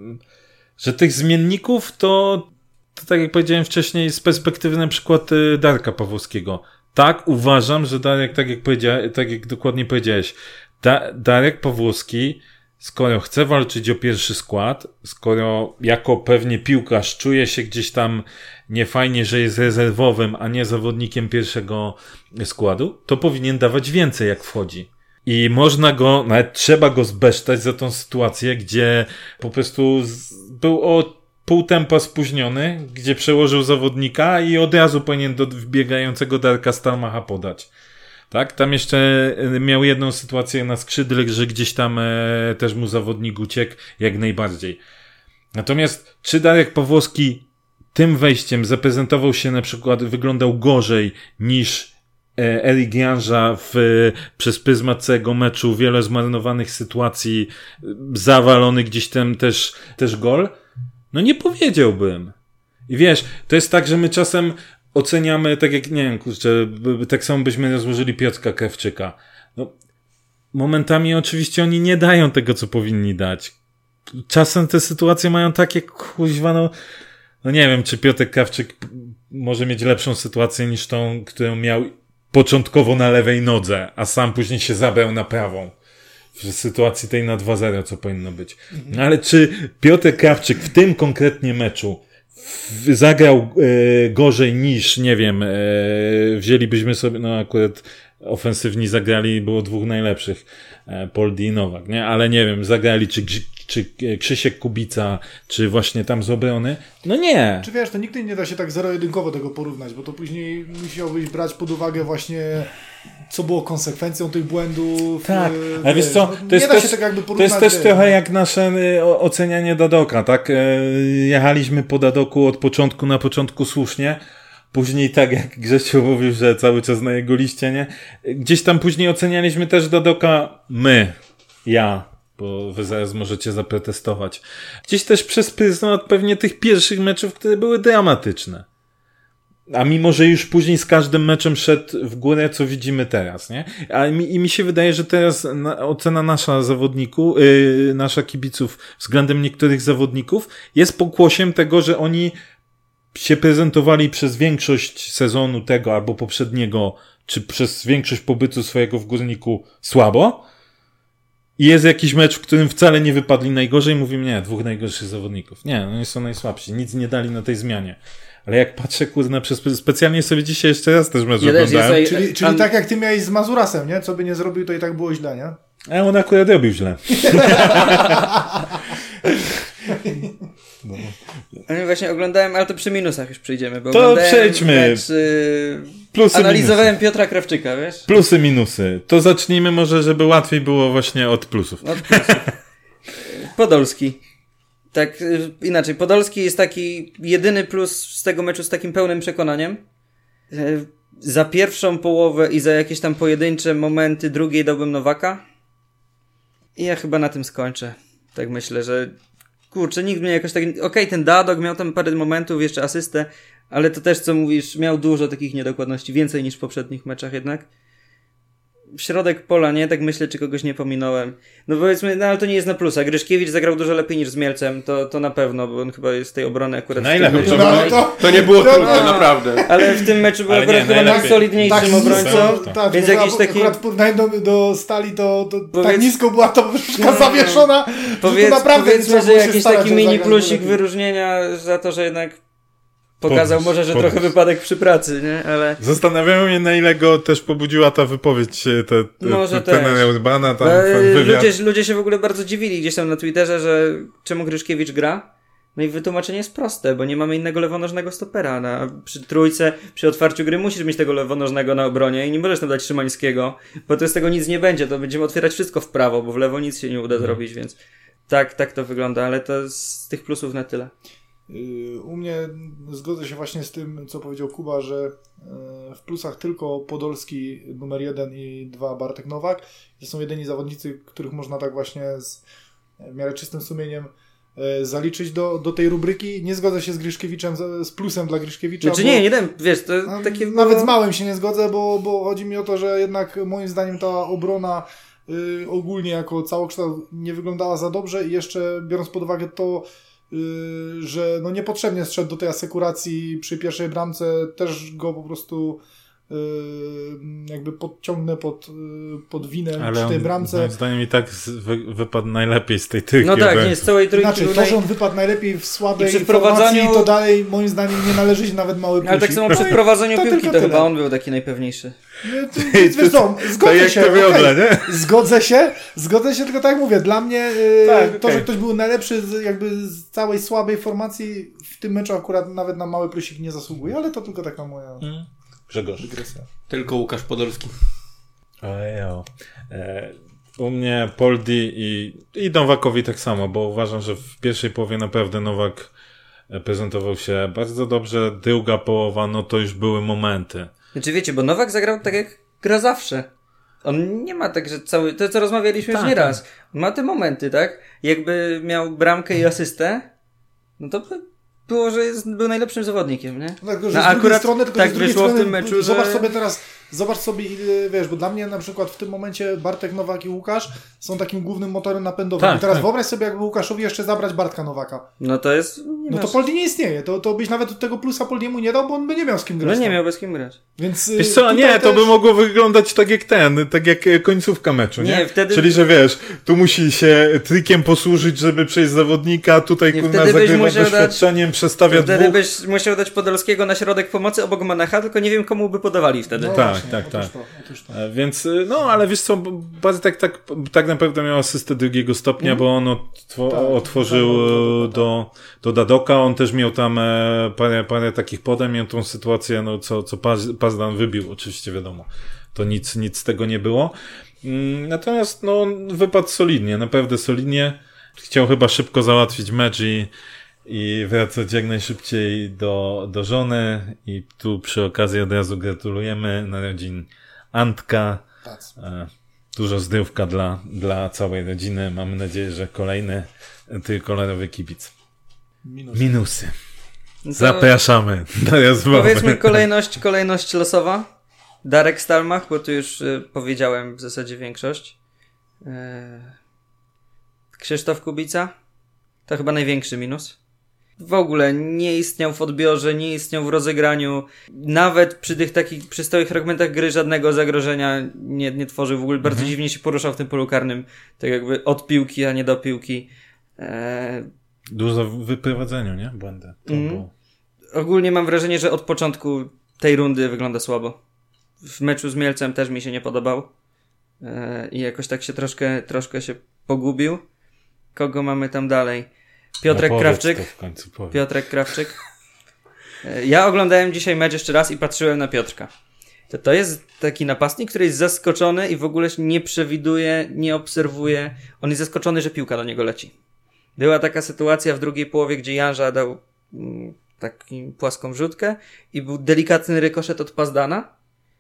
że tych zmienników to, to tak jak powiedziałem wcześniej, z perspektywy na przykład Darka Pawłowskiego. Tak, uważam, że Darek, tak jak powiedziałeś, tak jak dokładnie powiedziałeś, da, Darek Pawłowski, skoro chce walczyć o pierwszy skład, skoro jako pewnie piłkarz czuje się gdzieś tam niefajnie, że jest rezerwowym, a nie zawodnikiem pierwszego składu, to powinien dawać więcej, jak wchodzi. I można go, nawet trzeba go zbesztać za tą sytuację, gdzie po prostu z, był o pół tempa spóźniony, gdzie przełożył zawodnika i od razu powinien do wbiegającego Darka Stalmacha podać. Tak? Tam jeszcze miał jedną sytuację na skrzydle, że gdzieś tam e, też mu zawodnik uciekł, jak najbardziej. Natomiast czy Darek Pawłowski tym wejściem zaprezentował się na przykład, wyglądał gorzej niż e, Erik Janża w, przez pryzmat całego meczu, wiele zmarnowanych sytuacji, zawalony gdzieś tam też, też gol? No nie powiedziałbym. I wiesz, to jest tak, że my czasem oceniamy, tak jak, nie wiem, kurczę, tak samo byśmy rozłożyli Piotrka Krawczyka. No, momentami oczywiście oni nie dają tego, co powinni dać. Czasem te sytuacje mają takie, kuźwa, no, no nie wiem, czy Piotr Krawczyk może mieć lepszą sytuację niż tą, którą miał początkowo na lewej nodze, a sam później się zabrał na prawą. W sytuacji tej na dwa zero, co powinno być. No, ale czy Piotr Krawczyk w tym konkretnie meczu w, zagrał e, gorzej niż, nie wiem, e, wzięlibyśmy sobie, no akurat ofensywni zagrali, było dwóch najlepszych, e, Poldi i Nowak, nie? Ale nie wiem, zagrali czy, czy Krzysiek Kubica, czy właśnie tam z obrony? No nie. Czy wiesz, to nigdy nie da się tak zero-jedynkowo tego porównać, bo to później musiałbyś brać pod uwagę właśnie, co było konsekwencją tych błędów. Tak, yy, ale wiesz co, to jest, też, tak jakby to jest też trochę jak nasze ocenianie Dadoka, tak? Jechaliśmy po Dadoku od początku, na początku słusznie, później tak jak Grzesiu mówił, że cały czas na jego liście, nie? Gdzieś tam później ocenialiśmy też Dadoka my, ja, bo wy zaraz możecie zaprotestować. Gdzieś też przez pryzmat pewnie tych pierwszych meczów, które były dramatyczne. A mimo, że już później z każdym meczem szedł w górę, co widzimy teraz, nie? A mi, i mi się wydaje, że teraz na, ocena nasza zawodniku, yy, nasza kibiców względem niektórych zawodników jest pokłosiem tego, że oni się prezentowali przez większość sezonu tego albo poprzedniego, czy przez większość pobytu swojego w Górniku słabo. I jest jakiś mecz, w którym wcale nie wypadli najgorzej. Mówimy, nie, dwóch najgorszych zawodników. Nie, oni są najsłabsi. Nic nie dali na tej zmianie. Ale jak patrzę, kurde, przez, specjalnie sobie dzisiaj jeszcze raz też mecz ja oglądałem. Jest, czyli czyli an... tak jak ty miałeś z Mazurasem, nie? Co by nie zrobił, to i tak było źle, nie? A on akurat robił źle. No. Właśnie oglądałem, ale to przy minusach już przyjdziemy, bo to przejdźmy. Mecz, yy, Plusy, analizowałem minusy. Piotra Krawczyka, wiesz? Plusy, minusy. To zacznijmy może, żeby łatwiej było właśnie od plusów. Od plusów. Podolski. Tak yy, inaczej, Podolski jest taki jedyny plus z tego meczu z takim pełnym przekonaniem. Yy, za pierwszą połowę i za jakieś tam pojedyncze momenty drugiej dałbym Nowaka. I ja chyba na tym skończę. Tak myślę, że kurczę, nikt mnie jakoś tak... Okej, okay, ten Dadok miał tam parę momentów, jeszcze asystę, ale to też, co mówisz, miał dużo takich niedokładności, więcej niż w poprzednich meczach jednak. środek pola, nie? Tak myślę, czy kogoś nie pominąłem. No powiedzmy, no ale to nie jest na plusa. Gryszkiewicz zagrał dużo lepiej niż z Mielcem, to, to na pewno, bo on chyba jest z tej obrony akurat... Najlepiej. w tym No, meczu- to, To nie było to- trudne, to- naprawdę. Ale w tym meczu był Ale akurat nie, chyba najlepiej. najsolidniejszym tak obrońcą. nisko, tak, Więc bo jakiś akurat taki- w porównaniu do, do Stali to, to Powiedz- tak nisko była to brzeczka No, zawieszona, Powiedz, że to naprawdę powiedzmy, trzeba że było się jakiś starać, taki żeby mini zagrać plusik lepiej. wyróżnienia za to, że jednak pokazał Podnieś, może, że podnieś. trochę wypadek przy pracy, nie? Ale... Zastanawiam się, na ile go też pobudziła ta wypowiedź e, te, te, Może te, ten też. Eusbana, tam E, ten wywiad. ludzie, ludzie się w ogóle bardzo dziwili gdzieś tam na Twitterze, że czemu Gryszkiewicz gra? No i wytłumaczenie jest proste, bo nie mamy innego lewonożnego stopera. Na, przy trójce, przy otwarciu gry musisz mieć tego lewonożnego na obronie i nie możesz tam dać Szymańskiego, bo to z tego nic nie będzie, to będziemy otwierać wszystko w prawo, bo w lewo nic się nie uda zrobić, więc tak, tak to wygląda, ale to z tych plusów na tyle. Yy, U mnie zgodzę się właśnie z tym, co powiedział Kuba, że yy, w plusach tylko Podolski numer jeden i dwa Bartek Nowak. To są jedyni zawodnicy, których można tak właśnie z w miarę czystym sumieniem yy, zaliczyć do, do tej rubryki. Nie zgodzę się z Gryszkiewiczem, z, z plusem dla Gryszkiewicza. Znaczy bo- nie, nie wiem, wiesz, to A, takie... Nawet było- z małym się nie zgodzę, bo, bo chodzi mi o to, że jednak moim zdaniem ta obrona y, ogólnie jako całokształt nie wyglądała za dobrze i jeszcze biorąc pod uwagę to, y, że no niepotrzebnie zszedł do tej asekuracji przy pierwszej bramce, też go po prostu y, jakby podciągnę pod, y, pod winę Ale przy tej on, bramce. moim zdaniem i tak z, wy, wypadł najlepiej z tej trójki. No tak, obrońców. nie, z całej trójki Inaczej, to, tutaj... że on wypadł najlepiej w słabej I przy formacji, wprowadzaniu- to dalej moim zdaniem nie należy się nawet mały plusik. Ale tak samo No przy i wprowadzeniu to piłki tylko to tyle. chyba on był taki najpewniejszy. Nie, to, wiesz co, To zgodzę jak się, to wiodle, okej. nie? Zgodzę się, zgodzę się, tylko tak jak mówię, dla mnie yy, Tak, to, okej. że ktoś był najlepszy z, jakby z całej słabej formacji w tym meczu akurat nawet na mały plusik nie zasługuje, ale to tylko taka moja Grzegorz. dygresja. Tylko Łukasz Podolski. Ojejo. E, u mnie Poldi i, i Nowakowi tak samo, bo uważam, że w pierwszej połowie naprawdę Nowak prezentował się bardzo dobrze. Druga połowa, no to już były momenty. Znaczy wiecie, bo Nowak zagrał tak jak gra zawsze. On nie ma tak, że cały... To co rozmawialiśmy Tak, już nieraz. On ma te momenty, tak? Jakby miał bramkę i asystę, no to by było, że jest, był najlepszym zawodnikiem, nie? No, tylko, że No, z drugiej akurat strony, tylko tak że z drugiej wyszło w strony, tym meczu, zobacz że- sobie teraz, zobacz sobie, ile, wiesz, bo dla mnie na przykład w tym momencie Bartek Nowak i Łukasz są takim głównym motorem napędowym. Tak, I teraz tak. wyobraź sobie, jakby Łukaszowi jeszcze zabrać Bartka Nowaka. No to jest... No to Poldi nie istnieje, to, to byś nawet tego plusa Poldiemu nie dał, bo on by nie miał z kim grać. No nie tam. miał bez kim grać. Więc, Wiesz y, co, tutaj nie, to też- by mogło wyglądać tak jak ten, tak jak e, końcówka meczu, nie? Nie, wtedy- Czyli, że wiesz, tu musi się trikiem posłużyć, żeby przejść zawodnika, tutaj Nie, kurna wtedy byś zagrywa musiał dać- doświadczeniem, przestawia Wtedy dwóch. byś musiał dać Podolskiego na środek pomocy obok Manacha, tylko nie wiem komu by podawali wtedy. No Tak, właśnie, tak, otóż tak. To, otóż to. E, Więc, y, no, ale wiesz co, Bartek tak, tak naprawdę miał asystę drugiego stopnia, Mhm. bo on otwo- Tak, otworzył tak, e, tak, tak. do, do Dadoka, on też miał tam e, parę, parę takich podań, miał tą sytuację, no, co, co Paz, Pazdan wybił, oczywiście wiadomo, to nic, nic z tego nie było. Mm, Natomiast, no, on wypadł solidnie, naprawdę solidnie, chciał chyba szybko załatwić mecz i i wracać jak najszybciej do, do żony i tu przy okazji od razu gratulujemy narodzin Antka. Tac. E, Dużo zdrówka dla, dla całej rodziny. Mamy nadzieję, że kolejny trójkolorowy kibic. Minus. Minusy. No to Zapraszamy do rozmowy. Powiedzmy kolejność, kolejność losowa. Darek Stalmach, bo tu już y, powiedziałem w zasadzie większość. E, Krzysztof Kubica. To chyba największy minus. W ogóle nie istniał w odbiorze, nie istniał w rozegraniu. Nawet przy tych takich przystałych fragmentach gry żadnego zagrożenia nie, nie tworzył. W ogóle bardzo Mhm. dziwnie się poruszał w tym polu karnym. Tak jakby od piłki, a nie do piłki. E, Dużo w wyprowadzeniu, nie? Błędy. To Mhm. było. Ogólnie mam wrażenie, że od początku tej rundy wygląda słabo. W meczu z Mielcem też mi się nie podobał. E, I jakoś tak się troszkę, troszkę się pogubił. Kogo mamy tam dalej? Piotrek No powiedz Krawczyk. to w końcu, powiedz. Piotrek Krawczyk. E, Ja oglądałem dzisiaj mecz jeszcze raz i patrzyłem na Piotrka. To, to jest taki napastnik, który jest zaskoczony i w ogóle się nie przewiduje, nie obserwuje. On jest zaskoczony, że piłka do niego leci. Była taka sytuacja w drugiej połowie, gdzie Janża dał mm, taką płaską rzutkę i był delikatny rykoszet od Pazdana.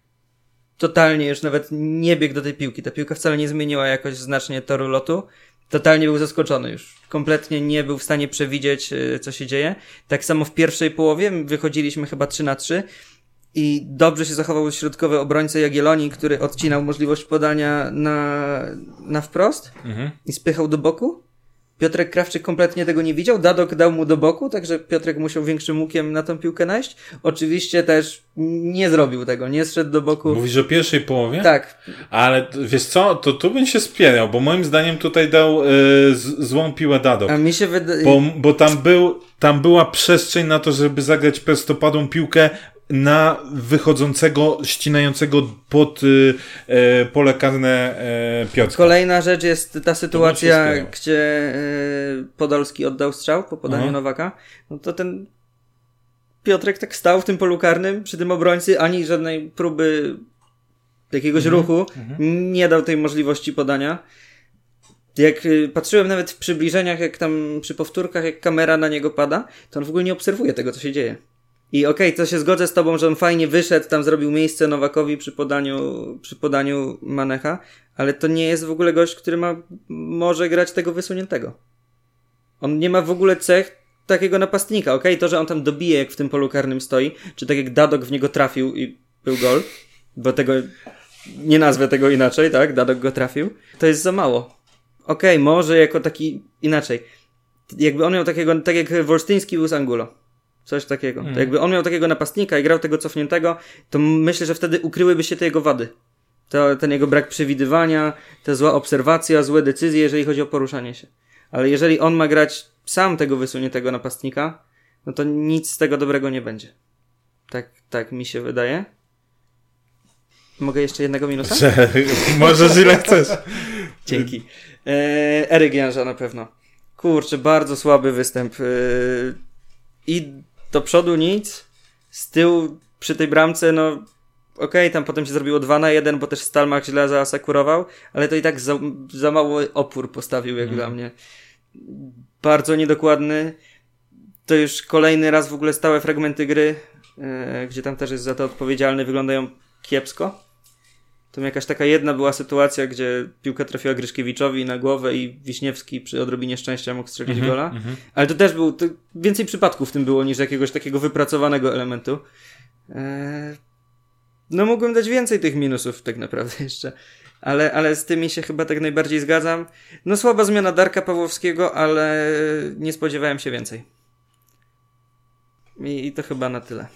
Totalnie już nawet nie biegł do tej piłki. Ta piłka wcale nie zmieniła jakoś znacznie toru lotu. Totalnie był zaskoczony już. Kompletnie nie był w stanie przewidzieć, yy, co się dzieje. Tak samo w pierwszej połowie wychodziliśmy chyba trzy na trzy i dobrze się zachował środkowy obrońca Jagiellonii, który odcinał możliwość podania na, na wprost mhm. i spychał do boku. Piotrek Krawczyk kompletnie tego nie widział. Dadok dał mu do boku, także Piotrek musiał większym łukiem na tą piłkę najść. Oczywiście też nie zrobił tego, nie zszedł do boku. Mówisz o pierwszej połowie? Tak. Ale wiesz co, to tu bym się spierał, bo moim zdaniem tutaj dał y, z, złą piłę Dadok. A mi się wydaje... Bo, bo tam, był, tam była przestrzeń na to, żeby zagrać prostopadłą piłkę na wychodzącego, ścinającego pod y, y, pole karne y, Piotrka. Kolejna rzecz jest ta sytuacja, gdzie y, Podolski oddał strzał po podaniu Aha. Nowaka. No to ten Piotrek tak stał w tym polu karnym przy tym obrońcy, ani żadnej próby jakiegoś mhm. ruchu mhm. nie dał tej możliwości podania. Jak y, patrzyłem nawet w przybliżeniach, jak tam przy powtórkach, jak kamera na niego pada, to on w ogóle nie obserwuje tego, co się dzieje. I okej, okay, to się zgodzę z tobą, że on fajnie wyszedł, tam zrobił miejsce Nowakowi przy podaniu, przy podaniu Manecha, ale to nie jest w ogóle gość, który ma, może grać tego wysuniętego. On nie ma w ogóle cech takiego napastnika. Okej, okay, to, że on tam dobije, jak w tym polu karnym stoi, czy tak jak Dadok w niego trafił i był gol, bo tego, nie nazwę tego inaczej, tak, Dadok go trafił, to jest za mało. Okej, okay, może jako taki, inaczej, jakby on miał takiego, tak jak Wolsztyński był z Angulo. Coś takiego. Mm. To jakby on miał takiego napastnika i grał tego cofniętego, to myślę, że wtedy ukryłyby się te jego wady. To, ten jego brak przewidywania, ta zła obserwacja, złe decyzje, jeżeli chodzi o poruszanie się. Ale jeżeli on ma grać sam tego wysuniętego napastnika, no to nic z tego dobrego nie będzie. Tak, tak mi się wydaje. Mogę jeszcze jednego minusa? Możesz ile chcesz. Dzięki. E, Eryk Janża na pewno. Kurczę, bardzo słaby występ. E, I do przodu nic, z tyłu przy tej bramce, no okej, okay, tam potem się zrobiło dwa na jeden, bo też Stalmach źle zaasekurował, ale to i tak za, za mało opór postawił jak mm. dla mnie. Bardzo niedokładny. To już kolejny raz w ogóle stałe fragmenty gry, yy, gdzie tam też jest za to odpowiedzialny, wyglądają kiepsko. Tam jakaś taka jedna była sytuacja, gdzie piłka trafiła Gryszkiewiczowi na głowę i Wiśniewski przy odrobinie szczęścia mógł strzelić mm-hmm, gola. Mm-hmm. Ale to też był, to więcej przypadków w tym było niż jakiegoś takiego wypracowanego elementu. Eee, no mogłem dać więcej tych minusów tak naprawdę jeszcze. Ale, ale z tymi się chyba tak najbardziej zgadzam. No słaba zmiana Darka Pawłowskiego, ale nie spodziewałem się więcej. I, i to chyba na tyle.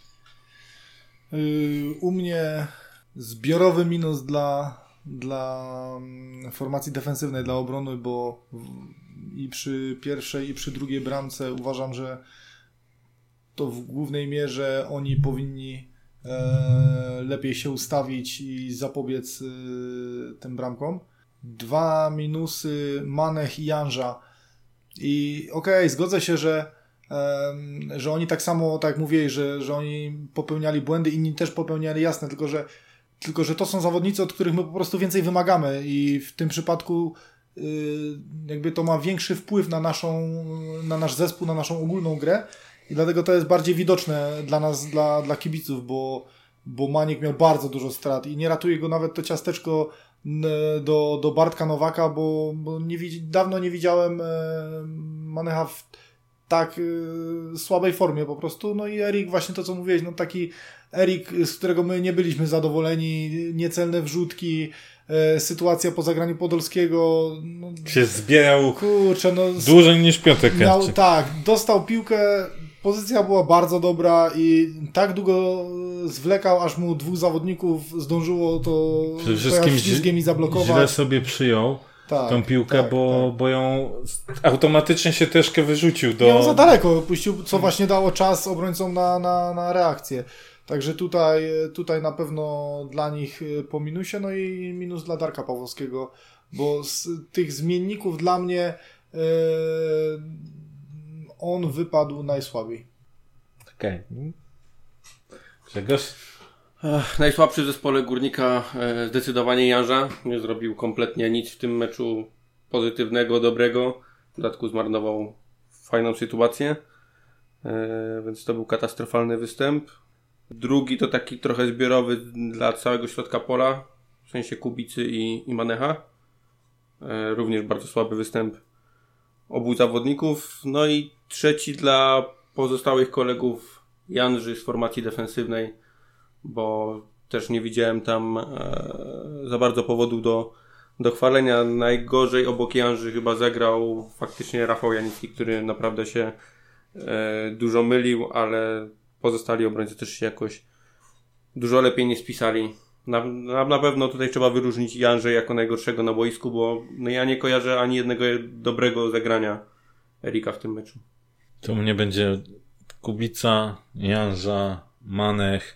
Yy, u mnie... Zbiorowy minus dla, dla formacji defensywnej, dla obrony, bo i przy pierwszej, i przy drugiej bramce uważam, że to w głównej mierze oni powinni e, lepiej się ustawić i zapobiec e, tym bramkom. Dwa minusy Manech i Janża. I okej, okay, zgodzę się, że e, że oni tak samo, tak jak mówili, że, że oni popełniali błędy, inni też popełniali, jasne, tylko że Tylko, że to są zawodnicy, od których my po prostu więcej wymagamy i w tym przypadku yy, jakby to ma większy wpływ na naszą, na nasz zespół, na naszą ogólną grę i dlatego to jest bardziej widoczne dla nas, dla, dla kibiców, bo, bo Maniek miał bardzo dużo strat i nie ratuje go nawet to ciasteczko do, do Bartka Nowaka, bo, bo nie, dawno nie widziałem Manecha w tak yy, słabej formie po prostu, no i Erik właśnie to co mówiłeś, no taki Erik, z którego my nie byliśmy zadowoleni, niecelne wrzutki, e, sytuacja po zagraniu Podolskiego. No, się zbierał kurczę, no, dłużej niż Piotrek miał, tak, dostał piłkę, pozycja była bardzo dobra i tak długo zwlekał, aż mu dwóch zawodników zdążyło to przede wszystkim ślizgiem i zablokować. Źle sobie przyjął tak, tą piłkę, tak, bo, tak. bo ją automatycznie się troszkę wyrzucił. Do... Ją za daleko puścił, co właśnie dało czas obrońcom na, na, na reakcję. Także tutaj, tutaj na pewno dla nich po minusie, no i minus dla Darka Pawłowskiego, bo z tych zmienników dla mnie yy, on wypadł najsłabiej. Okej. Okay. Grzegorz? Ech, najsłabszy w zespole Górnika e, zdecydowanie Janża. Nie zrobił kompletnie nic w tym meczu pozytywnego, dobrego. W dodatku zmarnował fajną sytuację, e, więc to był katastrofalny występ. Drugi to taki trochę zbiorowy dla całego środka pola, w sensie Kubicy i, i Manecha. E, również bardzo słaby występ obu zawodników. No i trzeci dla pozostałych kolegów Janży z formacji defensywnej. bo też nie widziałem tam e, za bardzo powodów do, do chwalenia. Najgorzej obok Janży chyba zagrał faktycznie Rafał Janicki, który naprawdę się e, dużo mylił, ale pozostali obrońcy też się jakoś dużo lepiej nie spisali. Na, na, na pewno tutaj trzeba wyróżnić Janżę jako najgorszego na boisku, bo no ja nie kojarzę ani jednego dobrego zagrania Erika w tym meczu. To u mnie będzie Kubica, Janża, Manech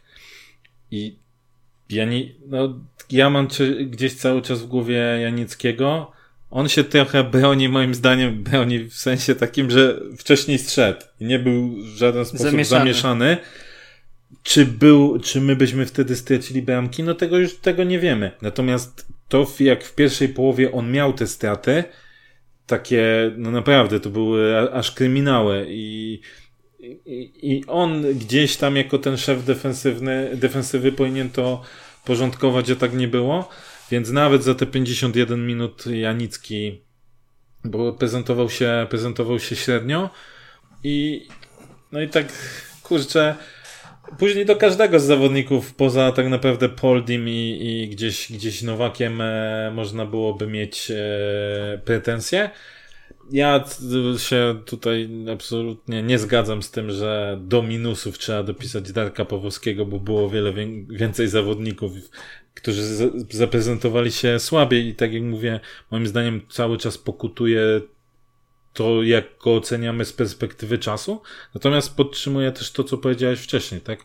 i Jani... no, ja mam gdzieś cały czas w głowie Janickiego. On się trochę broni, moim zdaniem broni w sensie takim, że wcześniej strzedł i nie był w żaden sposób zamieszany. zamieszany. Czy był, czy my byśmy wtedy stracili bramki? No tego już tego nie wiemy. Natomiast to, jak w pierwszej połowie on miał te straty, takie, no naprawdę, to były aż kryminały i, i, i on gdzieś tam jako ten szef defensywny, defensywy powinien to porządkować, a tak nie było. Więc nawet za te pięćdziesiąt jeden minut Janicki, bo prezentował się, prezentował się średnio i no i tak, kurczę, później do każdego z zawodników, poza tak naprawdę Poldim i, i gdzieś, gdzieś Nowakiem e, można byłoby mieć e, pretensje. Ja się tutaj absolutnie nie zgadzam z tym, że do minusów trzeba dopisać Darka Pawłowskiego, bo było wiele wię- więcej zawodników, którzy z- zaprezentowali się słabiej i tak jak mówię, moim zdaniem cały czas pokutuje to, jak go oceniamy z perspektywy czasu. Natomiast podtrzymuję też to, co powiedziałeś wcześniej, tak?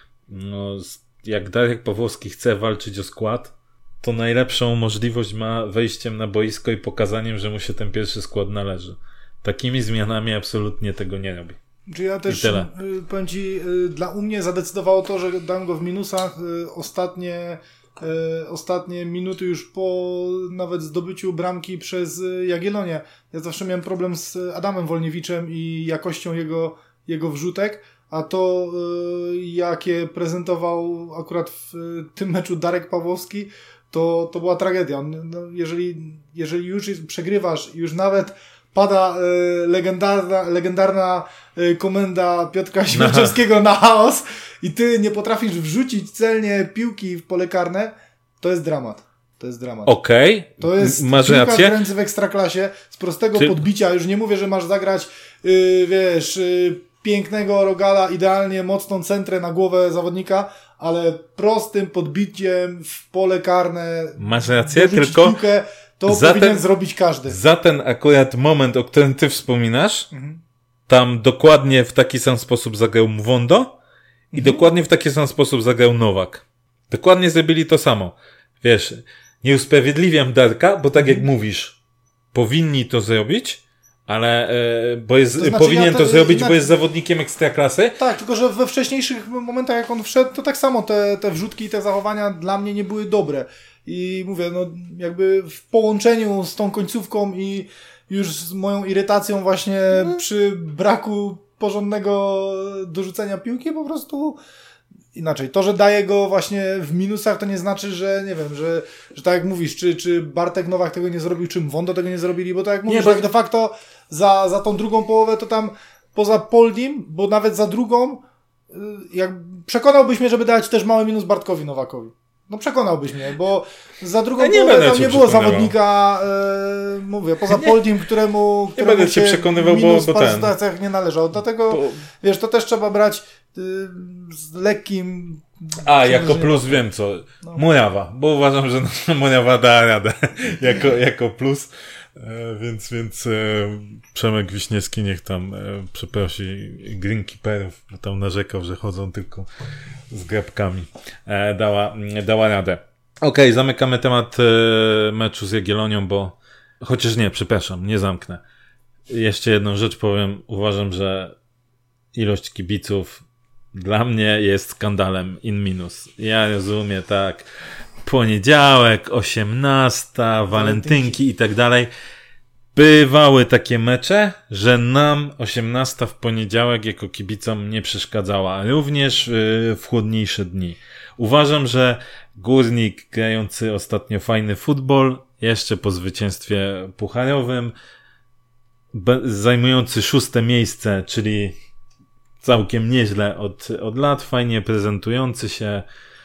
No, jak Darek Pawłowski chce walczyć o skład, to najlepszą możliwość ma wejściem na boisko i pokazaniem, że mu się ten pierwszy skład należy. Takimi zmianami absolutnie tego nie robi. Czy ja też, powiem Ci, dla u mnie zadecydowało to, że dałem go w minusach ostatnie E, ostatnie minuty już po nawet zdobyciu bramki przez Jagiellonię. Ja zawsze miałem problem z Adamem Wolniewiczem i jakością jego, jego wrzutek, a to e, jakie prezentował akurat w e, tym meczu Darek Pawłowski, to, to była tragedia. No, jeżeli, jeżeli już przegrywasz i już nawet pada e, legendarna, legendarna e, komenda Piotrka Śmierczewskiego na chaos i ty nie potrafisz wrzucić celnie piłki w pole karne, to jest dramat. To jest dramat. Okej, okay. To jest masz piłka rację. wręcz w ekstraklasie, z prostego ty... podbicia. Już nie mówię, że masz zagrać yy, wiesz, yy, pięknego rogala, idealnie mocną centrę na głowę zawodnika, ale prostym podbiciem w pole karne masz rację, tylko piłkę, to za powinien ten, zrobić każdy. Za ten akurat moment, o którym ty wspominasz, mhm. tam dokładnie w taki sam sposób zagrał Mwondo i mhm. dokładnie w taki sam sposób zagrał Nowak. Dokładnie zrobili to samo. Wiesz, nie usprawiedliwiam Darka, bo tak mhm. jak mówisz, powinni to zrobić, ale e, bo jest, to znaczy, powinien ja te, to zrobić, inaczej, bo jest zawodnikiem ekstraklasy. Tak, tylko że we wcześniejszych momentach, jak on wszedł, to tak samo te, te wrzutki i te zachowania dla mnie nie były dobre. I mówię, no jakby w połączeniu z tą końcówką i już z moją irytacją właśnie hmm. przy braku porządnego dorzucenia piłki, po prostu inaczej. To, że daje go właśnie w minusach, to nie znaczy, że nie wiem, że, że tak jak mówisz, czy, czy Bartek Nowak tego nie zrobił, czy Mwondo tego nie zrobili, bo tak jak mówisz, nie, bo... tak de facto za, za tą drugą połowę to tam poza Poldim, bo nawet za drugą jak przekonałbyś mnie, żeby dać też mały minus Bartkowi Nowakowi. No przekonałbyś mnie, bo za drugą nie połowę tam nie było zawodnika, e, mówię, poza Poldim, któremu, któremu nie będę cię przekonywał, bo, bo w paru sytuacjach nie należał. Dlatego, bo... wiesz, to też trzeba brać y, z lekkim... A, jako plus wiem co. No. Murawa, bo uważam, że nasza Murawa da radę jako, jako plus. E, więc więc e, Przemek Wiśniewski niech tam e, przeprosi greenkeeperów, bo tam narzekał, że chodzą tylko z grabkami. E, dała, dała radę. Okej, okay, zamykamy temat e, meczu z Jagiellonią, bo chociaż nie, przepraszam, nie zamknę. Jeszcze jedną rzecz powiem. Uważam, że ilość kibiców dla mnie jest skandalem in minus. Ja rozumiem, tak, poniedziałek, osiemnasta, walentynki i tak dalej. Bywały takie mecze, że nam osiemnasta w poniedziałek jako kibicom nie przeszkadzała, również w chłodniejsze dni. Uważam, że Górnik grający ostatnio fajny futbol, jeszcze po zwycięstwie pucharowym, zajmujący szóste miejsce, czyli całkiem nieźle od, od lat, fajnie prezentujący się,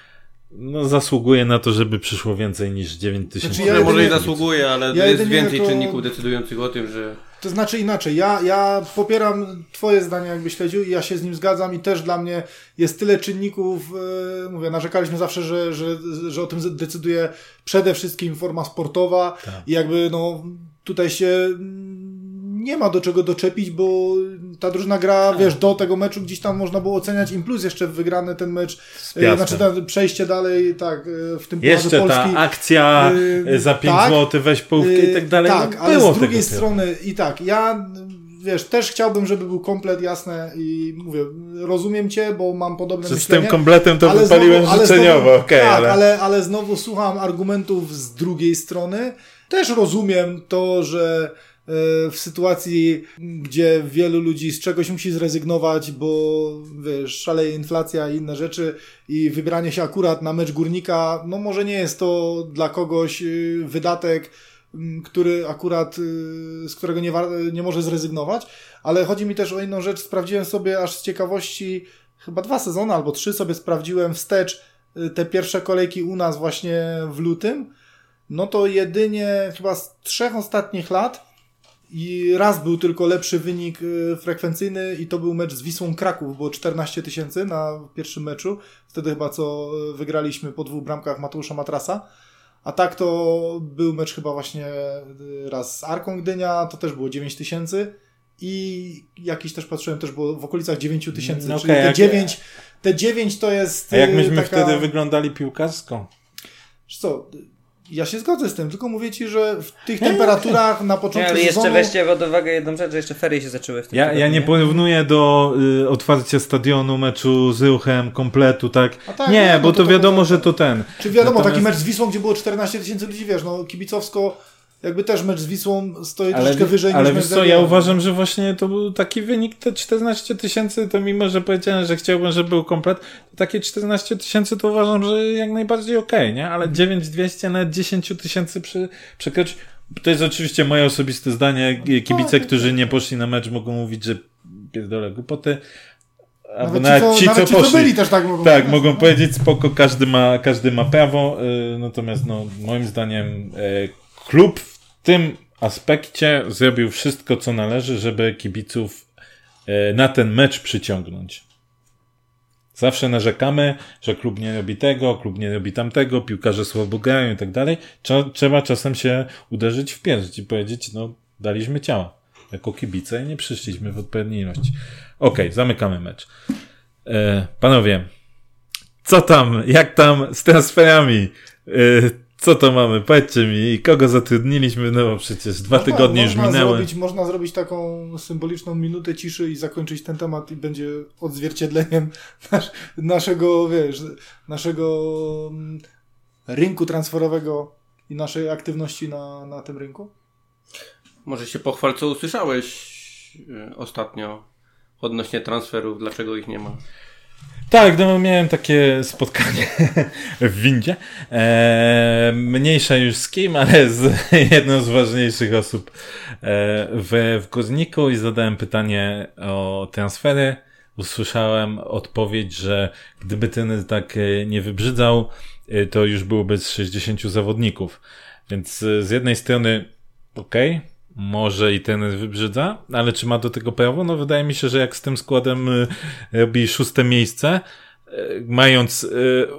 no, zasługuje na to, żeby przyszło więcej niż dziewięć tysięcy. Znaczy, ja może i zasługuje, ale ja jest więcej jako... czynników decydujących o tym, że... To znaczy inaczej, ja, ja popieram twoje zdanie, jakby śledził, i ja się z nim zgadzam, i też dla mnie jest tyle czynników, yy, mówię, narzekaliśmy zawsze, że, że, że o tym decyduje przede wszystkim forma sportowa, tak. I jakby no tutaj się nie ma do czego doczepić, bo ta drużyna gra, tak. Wiesz, do tego meczu gdzieś tam można było oceniać im plus jeszcze wygrany ten mecz, yy, znaczy tam przejście dalej, tak, yy, w tym jeszcze Polski. ta akcja yy, za pięć tak, złotych weź połówkę yy, i tak dalej. Tak, no, ale było z drugiej tego strony i tak, ja wiesz, też chciałbym, żeby był komplet, jasne, i mówię, rozumiem cię, bo mam podobne Czy myślenie. Z tym kompletem to ale wypaliłem znowu, życzeniowo, okej, okay, tak, ale... ale... ale znowu słucham argumentów z drugiej strony. Też rozumiem to, że w sytuacji, gdzie wielu ludzi z czegoś musi zrezygnować, bo wiesz, szaleje inflacja i inne rzeczy, i wybranie się akurat na mecz Górnika, no może nie jest to dla kogoś wydatek, który akurat, z którego nie, nie może zrezygnować, ale chodzi mi też o inną rzecz. Sprawdziłem sobie aż z ciekawości, chyba dwa sezony albo trzy sobie sprawdziłem wstecz te pierwsze kolejki u nas właśnie w lutym, no to jedynie chyba z trzech ostatnich lat i raz był tylko lepszy wynik frekwencyjny, i to był mecz z Wisłą Kraków, było czternaście tysięcy na pierwszym meczu, wtedy chyba co wygraliśmy po dwóch bramkach Mateusza Matrasa. A tak to był mecz chyba właśnie raz z Arką Gdynia, to też było dziewięć tysięcy, i jakiś też patrzyłem, też było w okolicach dziewięć tysięcy, no czyli okay, te, dziewięć, te dziewięć to jest... A jak myśmy taka... wtedy wyglądali piłkarsko? Co, ja się zgodzę z tym, tylko mówię ci, że w tych temperaturach na początku nie, ale jeszcze sezonu... weźcie pod uwagę jedną rzecz, że jeszcze ferie się zaczęły w tym Ja, tygodniu, ja nie porównuję do y, otwarcia stadionu, meczu z Ruchem, kompletu, tak? tak nie, no, bo to, to wiadomo, to, że to ten. Czy wiadomo, Natomiast... taki mecz z Wisłą, gdzie było czternaście tysięcy ludzi, wiesz, no kibicowsko, jakby też mecz z Wisłą stoi ale, troszkę wyżej ale niż mecz. Ale wiesz co, ja uważam, że właśnie to był taki wynik, te czternaście tysięcy, to mimo, że powiedziałem, że chciałbym, żeby był komplet, to takie czternaście tysięcy to uważam, że jak najbardziej okej, okay, nie? Ale dziewięć tysięcy dwieście, nawet dziesięć tysięcy przy, przekroczyć. To jest oczywiście moje osobiste zdanie. Kibice, którzy nie poszli na mecz, mogą mówić, że pierdolę głupoty. Albo nawet, nawet ci, co, ci, co poszli. Byli, też tak mogą Tak, mówić. mogą powiedzieć, spoko, każdy ma, każdy ma prawo. Yy, natomiast no, moim zdaniem yy, klub w tym aspekcie zrobił wszystko, co należy, żeby kibiców yy, na ten mecz przyciągnąć. Zawsze narzekamy, że klub nie robi tego, klub nie robi tamtego, piłkarze słabo grają i tak dalej. Trzeba czasem się uderzyć w pierś i powiedzieć, no daliśmy ciała jako kibice i nie przyszliśmy w odpowiedniej ilości. Okej, okay, zamykamy mecz. E, panowie, co tam, jak tam z transferami? E, co to mamy? Powiedzcie mi, kogo zatrudniliśmy? No bo przecież dwa można, tygodnie można już minęły. Zrobić, można zrobić taką symboliczną minutę ciszy i zakończyć ten temat, i będzie odzwierciedleniem nas, naszego, wiesz, naszego rynku transferowego i naszej aktywności na, na tym rynku. Może się pochwal, co usłyszałeś ostatnio odnośnie transferów, dlaczego ich nie ma? Tak, no miałem takie spotkanie w windzie. E, mniejsze już z kim, ale z jedną z ważniejszych osób e, w, w Górniku, i zadałem pytanie o transfery. Usłyszałem odpowiedź, że gdyby ten tak nie wybrzydzał, to już byłoby z sześćdziesięciu zawodników. Więc z jednej strony okej, okay, może i ten wybrzydza, ale czy ma do tego prawo? No wydaje mi się, że jak z tym składem y, robi szóste miejsce, y, mając y,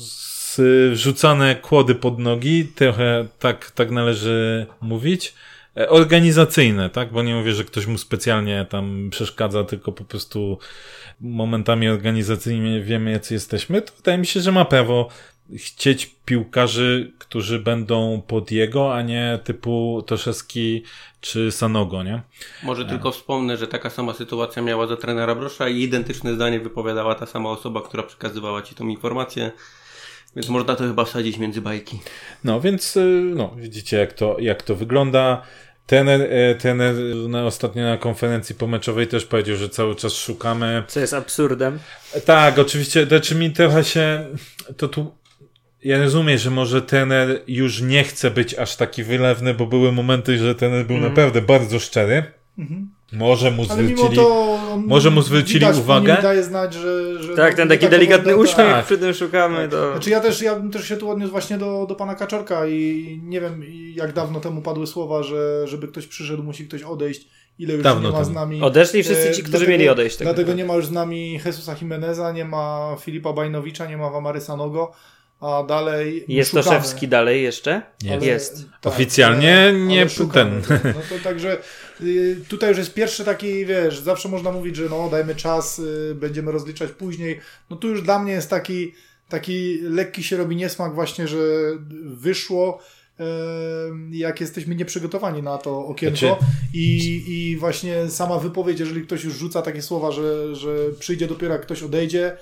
wrzucane kłody pod nogi, trochę tak, tak należy mówić, y, organizacyjne, tak? Bo nie mówię, że ktoś mu specjalnie tam przeszkadza, tylko po prostu momentami organizacyjnie wiemy, jacy jesteśmy, to wydaje mi się, że ma prawo chcieć piłkarzy, którzy będą pod jego, a nie typu Toszewski czy Sanogo, nie? Może ja. tylko wspomnę, że taka sama sytuacja miała za trenera Brosza i identyczne zdanie wypowiadała ta sama osoba, która przekazywała ci tą informację, więc można to chyba wsadzić między bajki. No więc, no widzicie jak to, jak to wygląda. Trener, trener na, ostatnio na konferencji pomeczowej też powiedział, że cały czas szukamy. Co jest absurdem. Tak, oczywiście, to czy mi trochę się, to tu ja rozumiem, że może trener już nie chce być aż taki wylewny, bo były momenty, że trener był mm. naprawdę bardzo szczery. Mm-hmm. Może mu Ale mimo zwrócili, to on może mu zwrócili widać, uwagę. Mi daje znać, że... że tak, no, ten nie taki tak delikatny ogląda- uśmiech, tak. przy tym szukamy. To... Znaczy ja też, ja bym też się tu odniósł właśnie do, do pana Kaczorka i nie wiem jak dawno temu padły słowa, że żeby ktoś przyszedł, musi ktoś odejść. Ile już Dawno nie ma temu. z nami... Odeszli wszyscy ci, e, którzy dlatego, mieli odejść. Tak Dlatego naprawdę. nie ma już z nami Jesusa Jimeneza, nie ma Filipa Bajnowicza, nie ma Wamary Sanogo, a dalej Jest szukamy. Toszewski dalej jeszcze? Jest. Ale- Jest. tak, Oficjalnie ale- nie ale szukamy. ten. No to także y, tutaj już jest pierwszy taki, wiesz, zawsze można mówić, że no dajmy czas, y, będziemy rozliczać później. No tu już dla mnie jest taki, taki lekki się robi niesmak właśnie, że wyszło, y, jak jesteśmy nieprzygotowani na to okienko Znaczy- i, i właśnie sama wypowiedź, jeżeli ktoś już rzuca takie słowa, że, że przyjdzie dopiero jak ktoś odejdzie,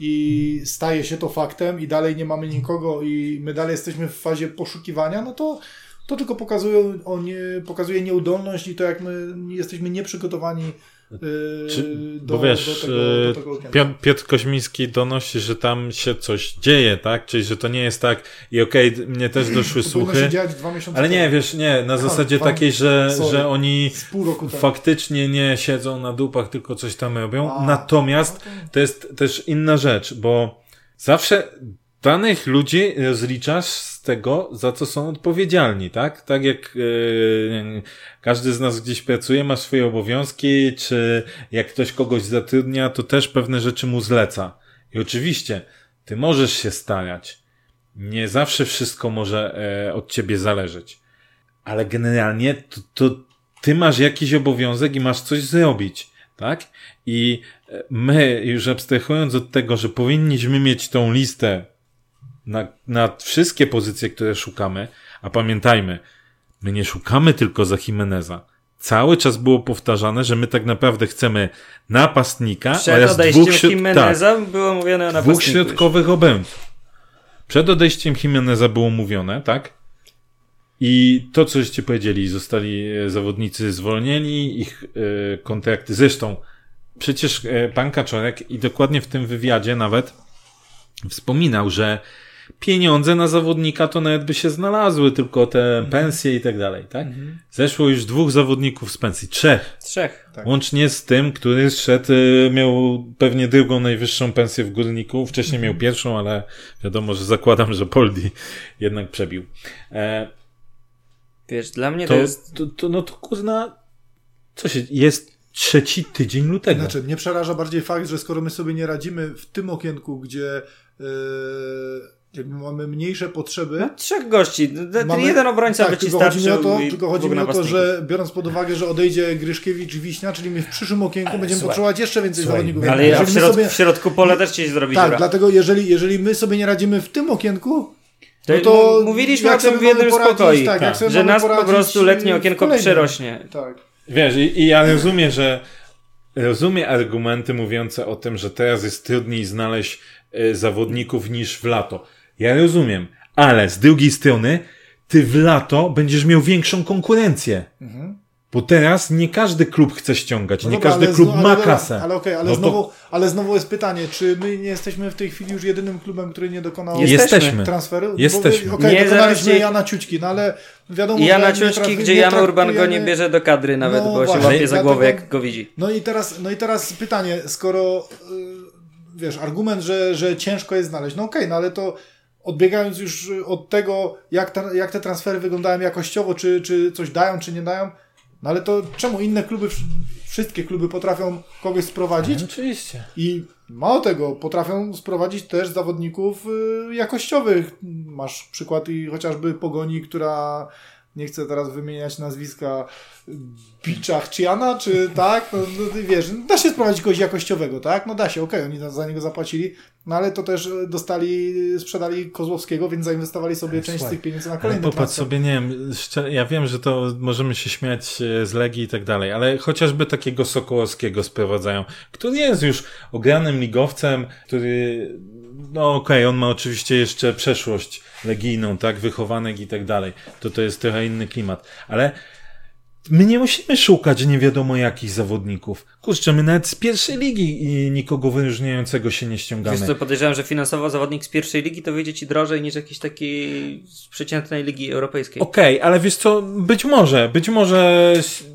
i staje się to faktem i dalej nie mamy nikogo i my dalej jesteśmy w fazie poszukiwania, no to to tylko pokazuje, o nie, pokazuje nieudolność i to, jak my jesteśmy nieprzygotowani yy, Czy, do, bo wiesz, do tego, do e, tego okienka. Piotr, Piotr Koźmiński donosi, że tam się coś dzieje, tak? Czyli, że to nie jest tak i okej, okay, mnie też doszły To powinno słuchy, się dziać dwa miesiące ale nie, temu. wiesz, nie, na zasadzie dwa- takiej, że, sorry. że oni Z pół roku temu. faktycznie nie siedzą na dupach, tylko coś tam robią. A, Natomiast no to- to jest też inna rzecz, bo zawsze danych ludzi rozliczasz z tego, za co są odpowiedzialni, tak? Tak jak yy, każdy z nas gdzieś pracuje, ma swoje obowiązki, czy jak ktoś kogoś zatrudnia, to też pewne rzeczy mu zleca. I oczywiście, ty możesz się starać. Nie zawsze wszystko może e, od ciebie zależeć. Ale generalnie to, to ty masz jakiś obowiązek i masz coś zrobić, tak? I my, już abstrahując od tego, że powinniśmy mieć tą listę na, na wszystkie pozycje, które szukamy, a pamiętajmy, my nie szukamy tylko za Jimeneza. Cały czas było powtarzane, że my tak naprawdę chcemy napastnika Przed oraz odejściem dwóch, środ- Jimeneza tak, było mówione o dwóch napastniku środkowych obrońców. Przed odejściem Jimeneza było mówione, tak? I to, co żeście powiedzieli, zostali e, zawodnicy zwolnieni, ich e, kontrakty. Zresztą, przecież e, pan Kaczorek i dokładnie w tym wywiadzie nawet wspominał, że pieniądze na zawodnika to nawet by się znalazły, tylko te pensje i tak dalej, tak? Zeszło już dwóch zawodników z pensji, trzech. Trzech. Tak. Łącznie z tym, który szedł, e, miał pewnie drugą najwyższą pensję w Górniku. Wcześniej miał pierwszą, ale wiadomo, że zakładam, że Poldi jednak przebił. E, Wiesz, dla mnie to, to, jest... to, to, no to kurna, co się, jest trzeci tydzień lutego. Znaczy, mnie przeraża bardziej fakt, że skoro my sobie nie radzimy w tym okienku, gdzie yy, jakby mamy mniejsze potrzeby. No, trzech gości. D- mamy, jeden obrońca tak, by ci tylko chodzi mi o starczył to, i tylko chodzi dwóch mi o to, napastników. że biorąc pod uwagę, że odejdzie Gryszkiewicz i Wiśnia, czyli my w przyszłym okienku Ale będziemy słuchaj, potrzebować jeszcze więcej słuchaj, zawodników. Ale Jeżeli ja w, my środ- sobie- w środku pola też ci zrobi Tak, dziura. dlatego jeżeli, jeżeli my sobie nie radzimy w tym okienku, To no to m- mówiliśmy jak o tym sobie w jednym mamy poradzić, spokoju, tak, jak sobie że mamy nas po poradzić prostu letnie w okienko kolejnym. przerośnie. Tak. Wiesz, i, i ja rozumiem, że rozumiem argumenty mówiące o tym, że teraz jest trudniej znaleźć e, zawodników niż w lato. Ja rozumiem, ale z drugiej strony ty w lato będziesz miał większą konkurencję. Mhm. Bo teraz nie każdy klub chce ściągać, No nie dobra, każdy ale klub zno- ma ale dobra, kasę. Ale okej, ale, No to- znowu, ale znowu jest pytanie, czy my nie jesteśmy w tej chwili już jedynym klubem, który nie dokonał Jesteśmy. transferu? Jesteśmy. Bo, Okej, Nie, dokonaliśmy zaraz- Jana Ciućki, no ale wiadomo, I Jana że nie Ciućki, trafi- gdzie nie Jan Urban go traktujemy- nie bierze do kadry nawet, No bo się właśnie, łapie za głowę, dlatego- jak go widzi. No i teraz, no i teraz pytanie, skoro yy, wiesz, argument, że, że ciężko jest znaleźć, no okej, no ale to odbiegając już od tego, jak, ta, jak te transfery wyglądają jakościowo, czy, czy coś dają, czy nie dają, no ale to czemu inne kluby, wszystkie kluby potrafią kogoś sprowadzić Oczywiście. i mało tego, potrafią sprowadzić też zawodników y, jakościowych. Masz przykład i chociażby Pogoni, która, nie chcę teraz wymieniać nazwiska, Bicza Chciana, czy tak, no, no, wiesz, da się sprowadzić kogoś jakościowego, tak? No da się, okej, okay, oni za niego zapłacili, no ale to też dostali, sprzedali Kozłowskiego, więc zainwestowali sobie część Słuchaj, z tych pieniędzy na Ale kolejny popatrz transfer. sobie, nie wiem, szczer- ja wiem, że to możemy się śmiać e, z Legii i tak dalej, ale chociażby takiego Sokołowskiego sprowadzają, który jest już ogranym ligowcem, który, no okej, okay, on ma oczywiście jeszcze przeszłość legijną, tak, wychowanek i tak dalej, to to jest trochę inny klimat, ale my nie musimy szukać nie wiadomo jakich zawodników. Kurczę, my nawet z pierwszej ligi i nikogo wyróżniającego się nie ściągamy. Wiesz co, podejrzewam, że finansowo zawodnik z pierwszej ligi to wyjdzie ci drożej niż jakiś takiej z przeciętnej ligi europejskiej. Okej, okay, ale wiesz co, być może, być może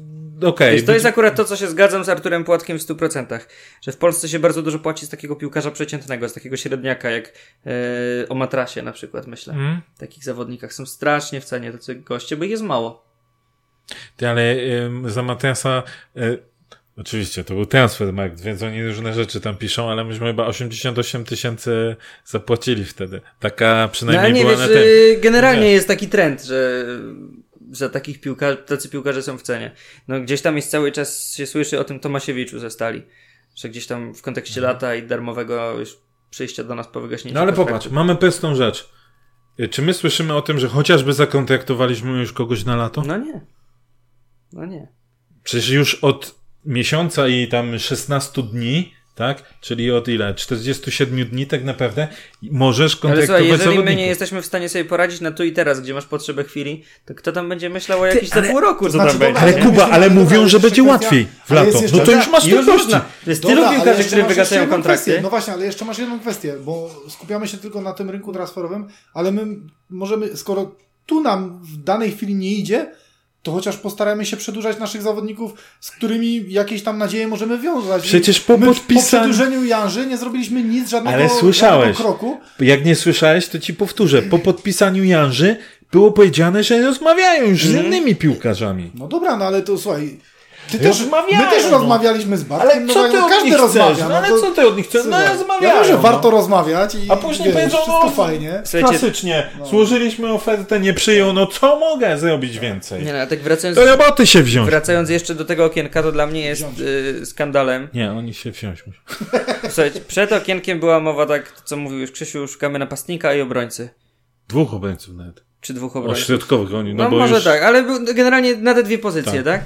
okej. Wiesz, to jest akurat to, co się zgadzam z Arturem Płatkiem w stu procentach. Że w Polsce się bardzo dużo płaci z takiego piłkarza przeciętnego, z takiego średniaka, jak e, o Matrasie na przykład, myślę. Mm. W takich zawodnikach są strasznie w cenie tacy goście, bo ich jest mało. Ty, ale ym, za Matiasa y, oczywiście to był Transfermarkt, więc oni różne rzeczy tam piszą, ale myśmy chyba osiemdziesiąt osiem tysięcy zapłacili wtedy. Taka No przynajmniej ale nie była wiesz, na że ten. generalnie Nie. jest taki trend, że, że takich piłkarzy, tacy piłkarze są w cenie. No gdzieś tam jest cały czas się słyszy o tym Tomasiewiczu ze Stali, że gdzieś tam w kontekście lata i darmowego już przyjścia do nas po wygaśnięciu No ale kontraktu. popatrz, mamy prostą rzecz. Y, Czy my słyszymy o tym, że chociażby zakontraktowaliśmy już kogoś na lato? No nie. No nie. Przecież już od miesiąca i tam szesnastu dni, tak? Czyli od ile? czterdziestu siedmiu dni tak naprawdę możesz Ale kontraktować słuchaj, jeżeli my zawodników. nie jesteśmy w stanie sobie poradzić na tu i teraz, gdzie masz potrzebę chwili, to kto tam będzie myślał o jakiś ale- za pół roku, to co znaczy, tam będzie? dobra, Ale nie? Kuba, ale Dobra, mówią, ale że jeszcze będzie kwestia- łatwiej w ale jest lato. jeszcze- No to już masz Już pewności. można. To jest Dobra, tylu ale piłkarzy, jeszcze którym masz jeszcze wygasają jedną kontrakty. kwestię. No właśnie, ale jeszcze masz jedną kwestię, bo skupiamy się tylko na tym rynku transferowym, ale my możemy, skoro tu nam w danej chwili nie idzie, to chociaż postaramy się przedłużać naszych zawodników, z którymi jakieś tam nadzieje możemy wiązać. Przecież I po my podpisaniu- po przedłużeniu Janży nie zrobiliśmy nic, żadnego, Ale słyszałeś. żadnego kroku. Jak nie słyszałeś, to ci powtórzę. Po podpisaniu Janży było powiedziane, że rozmawiają już z innymi piłkarzami. No dobra, no ale to słuchaj, ty też, Rozmawiają, my też no. rozmawialiśmy z Bartkiem, Ale no, co tak, ty no, od każdy nich rozmawia. chcesz? No, No ale to, co ty od nich chcesz? No słuchaj, rozmawiają. ja wiem, że no. warto rozmawiać i A później wiesz, powiedzą, wszystko no, fajnie. Słuchajcie, Klasycznie. Złożyliśmy ofertę, nie przyjął. No co mogę zrobić więcej? nie no, a tak wracając, Do roboty się wziąć. wracając jeszcze do tego okienka, to dla mnie jest y, skandalem. Nie, oni się wziąć muszą. Słuchajcie, przed okienkiem była mowa tak, co mówił już Krzysiu, szukamy napastnika i obrońcy. Dwóch obrońców nawet. Czy dwóch O obrońców. środkowych oni, no, No, bo może już... tak, ale był- generalnie na te dwie pozycje, Tak. tak?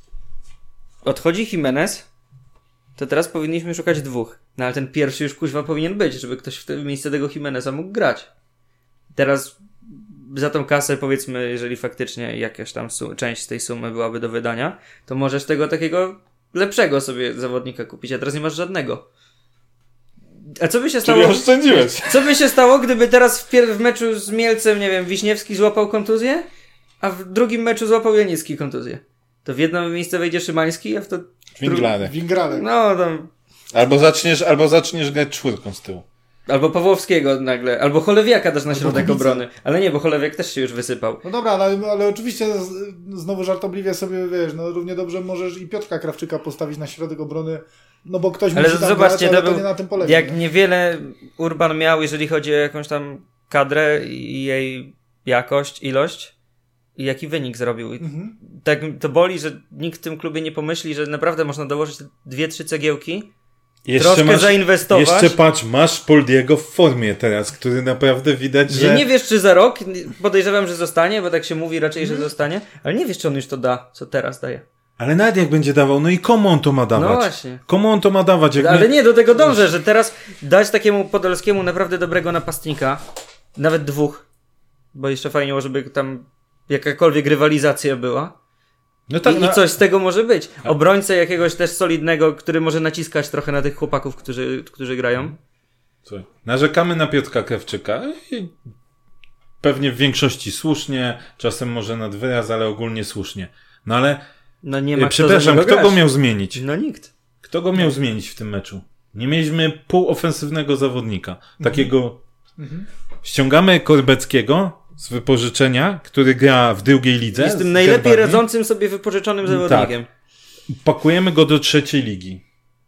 Odchodzi Jimenez, to teraz powinniśmy szukać dwóch. No ale ten pierwszy już kuźwa powinien być, żeby ktoś w te, w miejsce tego Jimeneza mógł grać. Teraz za tą kasę, powiedzmy, jeżeli faktycznie jakaś tam su- część z tej sumy byłaby do wydania, to możesz tego takiego lepszego sobie zawodnika kupić, a teraz nie masz żadnego. A co by się stało? Czyli oszczędziłeś. Co by się stało, gdyby teraz w, pier- w meczu z Mielcem, nie wiem, Wiśniewski złapał kontuzję, a w drugim meczu złapał Janicki kontuzję? To w jedno miejsce wejdzie Szymański, a w to... Winglady. Wingralek. No, tam... Albo zaczniesz, albo zaczniesz grać czwórką z tyłu. Albo Pawłowskiego nagle, albo Cholewiaka też na środek Kubica. obrony. Ale nie, bo Cholewiak też się już wysypał. No dobra, ale, ale oczywiście z, znowu żartobliwie sobie, wiesz, no równie dobrze możesz i Piotrka Krawczyka postawić na środek obrony, no bo ktoś Ale musi tam zobaczcie, grać, ale to to był- nie na tym polega. Jak nie? niewiele Urban miał, jeżeli chodzi o jakąś tam kadrę i jej jakość, ilość i jaki wynik zrobił. I Mhm. tak to boli, że nikt w tym klubie nie pomyśli, że naprawdę można dołożyć dwie, trzy cegiełki, troszkę zainwestować. Jeszcze patrz, masz Poldiego w formie teraz, który naprawdę widać, Że że... nie wiesz, czy za rok, podejrzewam, że zostanie, bo tak się mówi raczej, że zostanie, ale nie wiesz, czy on już to da, co teraz daje. Ale nawet jak będzie dawał, no i komu on to ma dawać? No właśnie. Komu on to ma dawać? Jak Ale my... nie, do tego dążę, że teraz dać takiemu Podolskiemu naprawdę dobrego napastnika, nawet dwóch, bo jeszcze fajnie było, żeby tam jakakolwiek rywalizacja była. No tak, I, no, I coś z tego może być. Obrońcę jakiegoś też solidnego, który może naciskać trochę na tych chłopaków, którzy, którzy grają. Słuchaj, narzekamy na Piotrka Krawczyka i pewnie w większości słusznie, czasem może nad wyraz, ale ogólnie słusznie. No ale No nie ma e, kto za przepraszam, niego kto go grać. miał zmienić? No nikt. Kto go miał zmienić w tym meczu? Nie mieliśmy półofensywnego zawodnika. Takiego... Mhm. Ściągamy Korbeckiego z wypożyczenia, który gra w drugiej lidze. Jest tym z najlepiej Gerbarni. radzącym sobie wypożyczonym zawodnikiem. Pakujemy go do trzeciej ligi.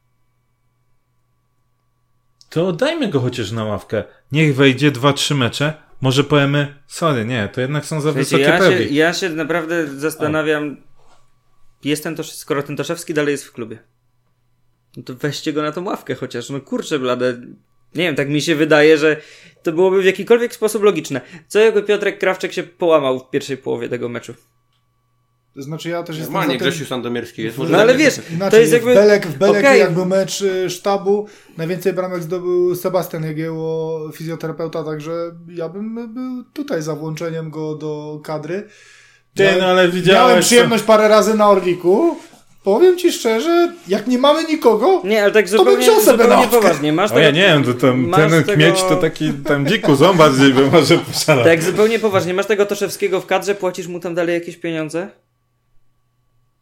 To dajmy go chociaż na ławkę. Niech wejdzie dwa, trzy mecze. Może powiemy, sorry, nie, to jednak są za Wiecie, wysokie ja, się, progi. ja się naprawdę zastanawiam, jest ten Tosz, skoro ten Toszewski dalej jest w klubie, no to weźcie go na tą ławkę chociaż, no kurczę blade, nie wiem, tak mi się wydaje, że to byłoby w jakikolwiek sposób logiczne. Co jakby Piotrek Krawczyk się połamał w pierwszej połowie tego meczu? To znaczy ja też jestem Normalnie za tym... Grzesiu Sandomierski jest. Może No ale tak wiesz, być. Inaczej, to jest jakby... w Belek, w Belek Okej. jak był mecz y, sztabu, najwięcej bramek zdobył Sebastian Jagiełło, fizjoterapeuta, także ja bym był tutaj za włączeniem go do kadry. Ty, no ale widziałeś... Miałem co- przyjemność parę razy na Orliku. Powiem ci szczerze, jak nie mamy nikogo, Nie, ale tak bym zupełnie, wziął sobie zupełnie na ławkę. poważnie. Masz O ja tego- nie wiem, to tam, masz ten tego- kmieć to taki tam dziku zomba gdzieś by może poszalał. Tak, zupełnie poważnie. Masz tego Toszewskiego w kadrze, płacisz mu tam dalej jakieś pieniądze?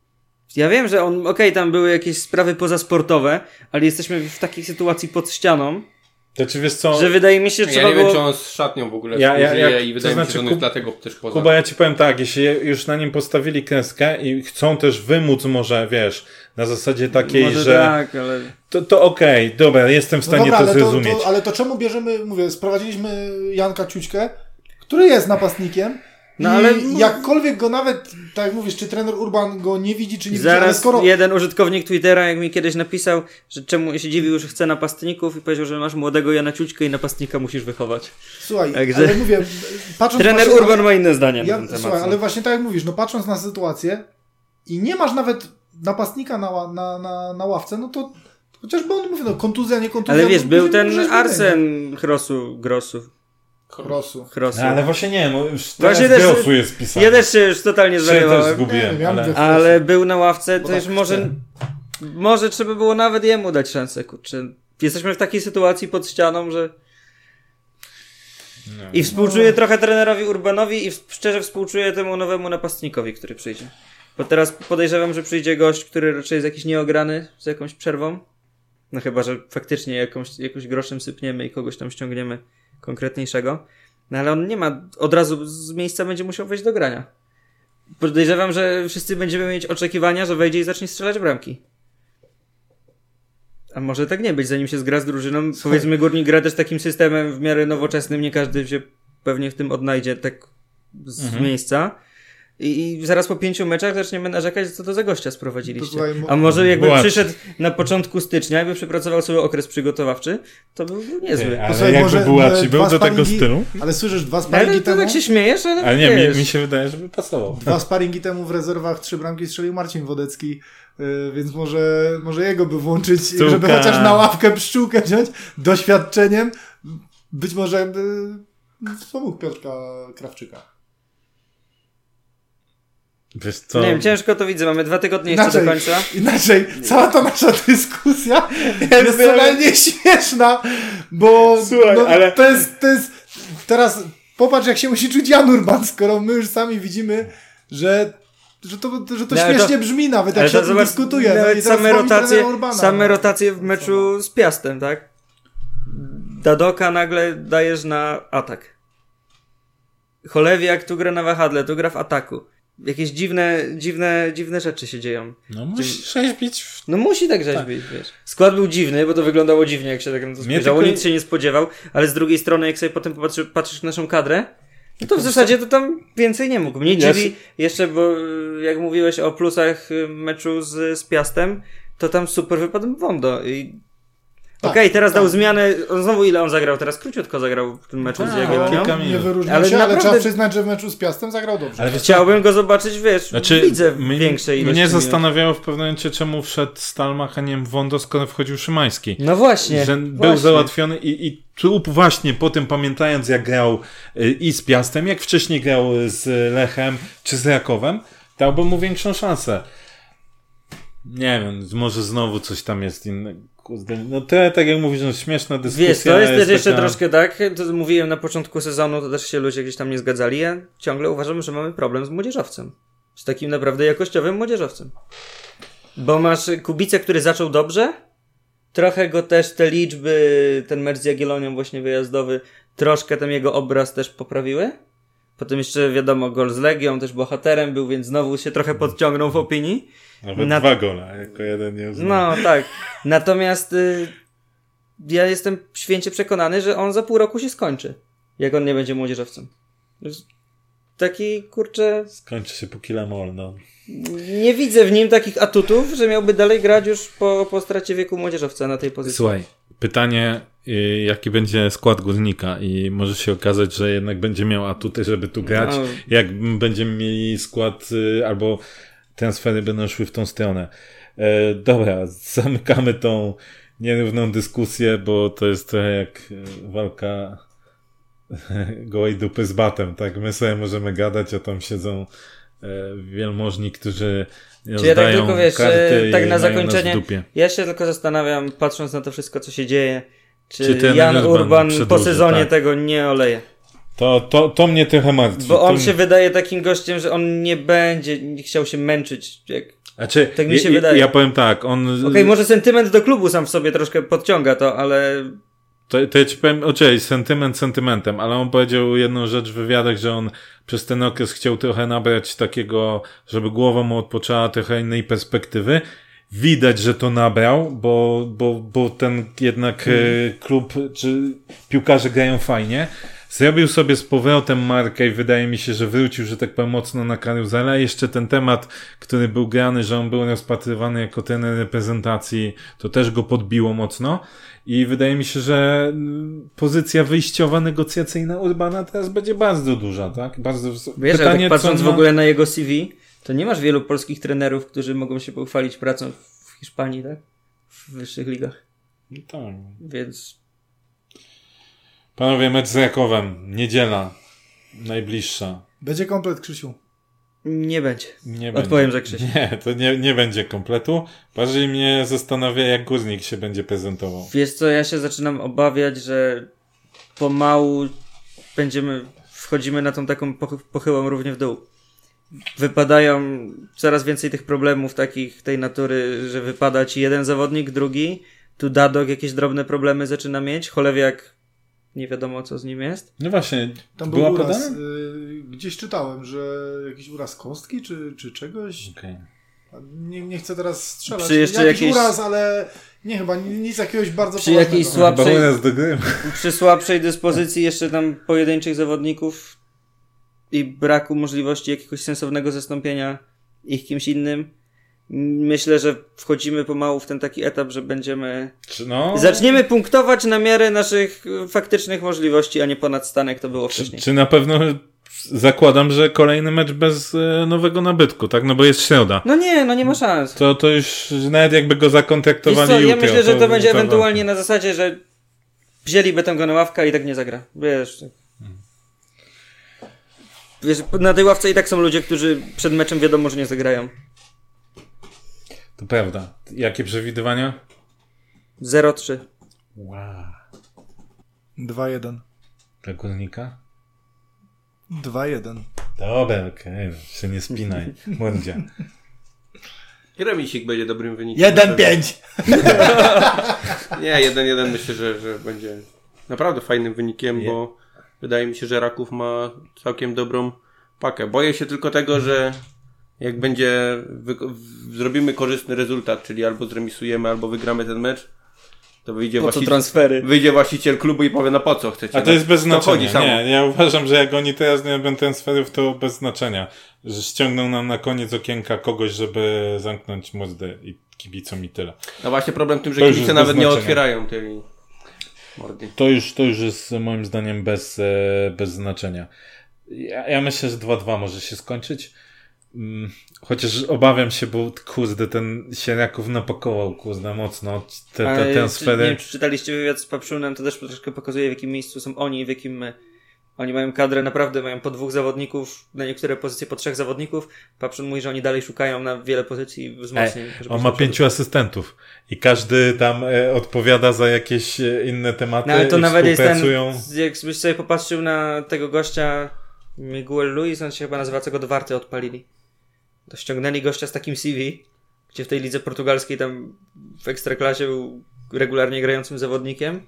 Ja wiem, że on, okej, okay, tam były jakieś sprawy pozasportowe, ale jesteśmy w takiej sytuacji pod ścianą, to czy wiesz co? Że wydaje mi się, że ja trzeba nie było... wiem, czy on z szatnią w ogóle ja, ja, ja, i wydaje to mi się, znaczy, że on Kub, jest dlatego też poza. Kuba, ja ci powiem tak, jeśli już na nim postawili kreskę i chcą też wymóc może, wiesz, na zasadzie takiej, może że tak, ale... to, to okej, okay, dobra, jestem w stanie no dobra, to ale zrozumieć. To, to, ale to czemu bierzemy, mówię, sprowadziliśmy Janka Ciućkę, który jest napastnikiem, no, ale i jakkolwiek go nawet, tak jak mówisz, czy trener Urban go nie widzi, czy nie Zaraz widzi, ale skoro... jeden użytkownik Twittera, jak mi kiedyś napisał, że czemu się dziwił, że chce napastników i powiedział, że masz młodego Jana Ciućkę i napastnika musisz wychować. Słuchaj, Także... ale mówię, patrząc... Trener właśnie, Urban ale... ma inne zdanie ja, na ten temat. Słuchaj, no. ale właśnie tak jak mówisz, no patrząc na sytuację i nie masz nawet napastnika na, na, na, na ławce, no to chociażby on mówi, no kontuzja, nie kontuzja... Ale wiesz, no, był ten możesz Arsen Chrosu, Grosu. Krosu. Chrosu. No, ale właśnie nie, no już teraz Właśnie też, Grosu jest pisany. ja też się już totalnie też zwariowałem. zgubiłem, Nie, ale... Ale był na ławce, Bo to tak już może, chcę. może trzeba było nawet jemu dać szansę, kurczę. Jesteśmy w takiej sytuacji pod ścianą, że... No. I współczuję trochę trenerowi Urbanowi i w- szczerze współczuję temu nowemu napastnikowi, który przyjdzie. Bo teraz podejrzewam, że przyjdzie gość, który raczej jest jakiś nieograny z jakąś przerwą. No chyba, że faktycznie jakąś, jakąś groszem sypniemy i kogoś tam ściągniemy konkretniejszego. No ale on nie ma, od razu z miejsca będzie musiał wejść do grania. Podejrzewam, że wszyscy będziemy mieć oczekiwania, że wejdzie i zacznie strzelać bramki. A może tak nie być, zanim się zgra z drużyną. Słuchaj. Powiedzmy, Górnik gra też takim systemem w miarę nowoczesnym, nie każdy się pewnie w tym odnajdzie tak z Mhm. miejsca. I, I zaraz po pięciu meczach zaczniemy narzekać, co to za gościa sprowadziliście. To słuchaj, mo- A może jakby Była- przyszedł na początku stycznia, jakby przepracował sobie okres przygotowawczy, to by był niezły. Ale Posłuchaj, jakby może, Bułaci e, był dwa do tego sparingi- stylu? Ale słyszysz, dwa Ale sparingi to temu... tak się śmiejesz, ale, Ale nie, wiesz. mi, mi się wydaje, żeby pasował. Dwa sparingi temu w rezerwach trzy bramki strzelił Marcin Wodecki, yy, więc może, może jego by włączyć, Pszczółka. żeby chociaż na ławkę pszczółkę wziąć doświadczeniem. Być może by wspomógł Piotrka Krawczyka. Wiesz co? Nie wiem, ciężko to widzę, mamy dwa tygodnie jeszcze Inaczej, do końca. inaczej, cała ta nasza dyskusja jest totalnie śmieszna, bo Słuchaj, no, ale- to, jest, to jest... Teraz popatrz, jak się musi czuć Jan Urban, skoro my już sami widzimy, że Że to, że to No, ale śmiesznie to- brzmi nawet, Ale jak się to o tym zobacz, dyskutuje. No nawet i teraz same wspomnij rotacje, trenera Urbana, same no. rotacje w meczu z Piastem, tak? Dadoka nagle dajesz na atak. Cholewiak tu gra na wahadle, tu gra w ataku. Jakieś dziwne, dziwne, dziwne rzeczy się dzieją. No musisz rzeźbić w... No musi tak rzeźbić, wiesz. Skład był dziwny, bo to wyglądało dziwnie, jak się tak na to spojrzało. tylko- Nic się nie spodziewał, ale z drugiej strony, jak sobie potem popatrzy, patrzysz na naszą kadrę, no to w zasadzie to tam więcej nie mógł. Mnie Ja dziwi, jeszcze, bo y, jak mówiłeś o plusach y, meczu z, z Piastem, to tam super wypadł Wondo. I... Tak, Okej, teraz tak. dał zmianę. On znowu ile on zagrał? Teraz króciutko zagrał w tym meczu z Tak, Jagiellonią. kilka Nie minut. wyróżniał Ale się, ale naprawdę- trzeba przyznać, że w meczu z Piastem zagrał dobrze. Ale wiesz, Chciałbym go zobaczyć, wiesz, Znaczy, widzę w mnie- większej ilości Mnie minut. zastanawiało w pewnym momencie, czemu wszedł Stalmach, a nie Wondo, skoro wchodził Szymański. No właśnie. Że był właśnie. załatwiony i, i tu właśnie po tym pamiętając, jak grał y, i z Piastem, jak wcześniej grał z Lechem czy z Rakowem, dałbym mu większą szansę. Nie wiem, może znowu coś tam jest innego. Kurde, no to tak jak mówisz, no śmieszna dyskusja. Wiesz, to jest też jeszcze taka... troszkę tak, to mówiłem na początku sezonu, to też się ludzie gdzieś tam nie zgadzali. Ja ciągle uważam, że mamy problem z młodzieżowcem. Z takim naprawdę jakościowym młodzieżowcem. Bo masz Kubicę, który zaczął dobrze, trochę go też te liczby, ten mecz z Jagiellonią właśnie wyjazdowy, troszkę tam jego obraz też poprawiły. Potem jeszcze wiadomo, gol z Legią, też bohaterem był, więc znowu się trochę podciągnął w opinii. Nawet Na- dwa gola, jako jeden nie uznał. No tak. Natomiast y, ja jestem święcie przekonany, że on za pół roku się skończy. Jak on nie będzie młodzieżowcem. Jest Taki, kurczę, Skończy się póki Lamol, no. nie widzę w nim takich atutów, że miałby dalej grać już po, po stracie wieku młodzieżowca na tej pozycji. Słuchaj, pytanie, y, jaki będzie skład Górnika i może się okazać, że jednak będzie miał atuty, żeby tu grać. No. Jak będziemy mieli skład y, albo transfery będą szły w tą stronę. E, dobra, zamykamy tą nierówną dyskusję, bo to jest trochę jak y, walka gołej dupy z batem, tak? My sobie możemy gadać, a tam siedzą e, wielmożni, którzy Czy ja tak rozdają tylko wiesz, karty e, tak i na mają nas w zakończenie, dupie. ja się tylko zastanawiam, patrząc na to wszystko, co się dzieje, czy, Czy ten Jan Urban Urban po przedłuży, sezonie tak. tego nie oleje. To, to, to mnie trochę martwi. Bo on to... się wydaje takim gościem, że on nie będzie chciał się męczyć. Jak... Znaczy, tak mi się ja, wydaje. Ja powiem tak, on... Okej, okay, może sentyment do klubu sam w sobie troszkę podciąga to, ale... To, to ja ci powiem, oczywiście, sentyment sentymentem, ale on powiedział jedną rzecz w wywiadach, że on przez ten okres chciał trochę nabrać takiego, żeby głowa mu odpoczęła, trochę innej perspektywy. Widać, że to nabrał, bo, bo, bo ten jednak hmm. klub, czy piłkarze grają fajnie. Zrobił sobie z powrotem markę i wydaje mi się, że wrócił, że tak powiem, mocno na karuzelę. Jeszcze ten temat, który był grany, że on był rozpatrywany jako trener reprezentacji, to też go podbiło mocno. I wydaje mi się, że pozycja wyjściowa, negocjacyjna Urbana teraz będzie bardzo duża, tak? Bardzo wys- Wiesz, Pytanie, ale tak patrząc ma... w ogóle na jego C V, to nie masz wielu polskich trenerów, którzy mogą się pochwalić pracą w Hiszpanii, tak? W wyższych ligach. No tak. Więc... Panowie, mecz z Rakowem. Niedziela. Najbliższa. Będzie komplet, Krzysiu. Nie będzie. Nie Odpowiem, będzie. że Krzysiu. Nie, to nie, nie będzie kompletu. Bardziej mnie zastanawia, jak Górnik się będzie prezentował. Wiesz co, ja się zaczynam obawiać, że pomału będziemy, wchodzimy na tą taką pochy- pochyłą równie w dół. Wypadają coraz więcej tych problemów takich, tej natury, że wypada ci jeden zawodnik, drugi. Tu Dadok jakieś drobne problemy zaczyna mieć. Cholewiak nie wiadomo, co z nim jest. No właśnie, tam była był uraz. podana? Y, gdzieś czytałem, że jakiś uraz kostki, czy, czy czegoś. Okay. Nie, nie chcę teraz strzelać. Przy jeszcze jakiś jakiejś... uraz, ale nie chyba nic jakiegoś bardzo przy poważnego. jakiejś słabszej... do przy słabszej dyspozycji jeszcze tam pojedynczych zawodników i braku możliwości jakiegoś sensownego zastąpienia ich kimś innym. Myślę, że wchodzimy pomału w ten taki etap, że będziemy... No... Zaczniemy punktować na miarę naszych faktycznych możliwości, a nie ponad stan, jak to było wcześniej. Czy, czy na pewno zakładam, że kolejny mecz bez e, nowego nabytku, tak? No bo jest środa. No nie, no nie ma szans. To, to już nawet jakby go zakontraktowali Wiesz co, ja jutro, myślę, że to, to będzie to ewentualnie na zasadzie, że wzięliby tę go na ławkę i tak nie zagra. Wiesz... Hmm. Wiesz, na tej ławce i tak są ludzie, którzy przed meczem wiadomo, że nie zagrają. To prawda. Jakie przewidywania? zero trzy. Wow. dwa jeden. Dla Górnika? dwa jeden. Dobra, okej. Okay. Się nie spinaj. Mordzia. Remisik będzie dobrym wynikiem. jeden pięć. Nie, jeden jeden myślę, że, że będzie naprawdę fajnym wynikiem, Je. bo wydaje mi się, że Raków ma całkiem dobrą pakę. Boję się tylko tego, że jak będzie wy- w- zrobimy korzystny rezultat, czyli albo zremisujemy, albo wygramy ten mecz, to wyjdzie, Po co właściciel, transfery? wyjdzie właściciel klubu i powie, no po co chcecie. A to jest bez To chodzi znaczenia. samo. Nie, ja uważam, że jak oni teraz nie robią transferów, to bez znaczenia. Że ściągną nam na koniec okienka kogoś, żeby zamknąć mordę i kibicom i tyle. No właśnie problem w tym, że To już kibice jest nawet bez nie znaczenia. otwierają tej mordy. To już, to już jest moim zdaniem bez, e, bez znaczenia. Ja, ja myślę, że dwa dwa może się skończyć. Mm, chociaż obawiam się, bo kurde, ten się Raków napakował, kurde, mocno. Te, te Ale transfery. czy, nie wiem, czy czytaliście wywiad z Papszunem, to też troszkę pokazuje, w jakim miejscu są oni i w jakim my. Oni mają kadrę, naprawdę mają po dwóch zawodników, na niektóre pozycje po trzech zawodników. Papszun mówi, że oni dalej szukają na wiele pozycji wzmocnień. E, on ma pięciu asystentów i każdy tam e, odpowiada za jakieś e, inne tematy. No ale to i nawet jest ten, współpracują. jakbyś sobie popatrzył na tego gościa Miguel Luis, on się chyba nazywa, co go do Warty odpalili. To ściągnęli gościa z takim C V, gdzie w tej lidze portugalskiej tam w Ekstraklasie był regularnie grającym zawodnikiem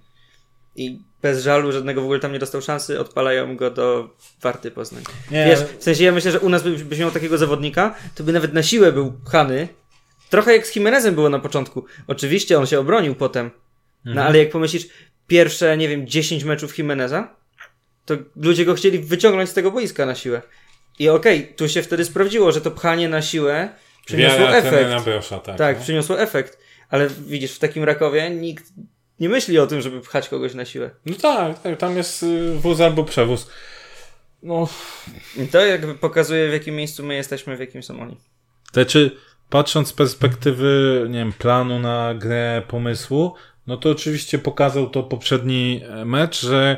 i bez żalu żadnego w ogóle tam nie dostał szansy, odpalają go do Warty Poznań. Nie, Wiesz, ale- w sensie ja myślę, że u nas by, byś miał takiego zawodnika, to by nawet na siłę był pchany. Trochę jak z Jimenezem było na początku. Oczywiście on się obronił potem, no Mhm. ale jak pomyślisz, pierwsze, nie wiem, dziesięć meczów Jimeneza, to ludzie go chcieli wyciągnąć z tego boiska na siłę. I okej, okay, tu się wtedy sprawdziło, że to pchanie na siłę przyniosło Wiara efekt. trenera Brosza, tak. Tak, no. przyniosło efekt. Ale widzisz, w takim Rakowie nikt nie myśli o tym, żeby pchać kogoś na siłę. No tak, tak, tam jest y, wóz albo przewóz. No, I to jakby pokazuje, w jakim miejscu my jesteśmy, w jakim są oni. znaczy, patrząc z perspektywy, nie wiem, planu na grę, pomysłu, no to oczywiście pokazał to poprzedni mecz, że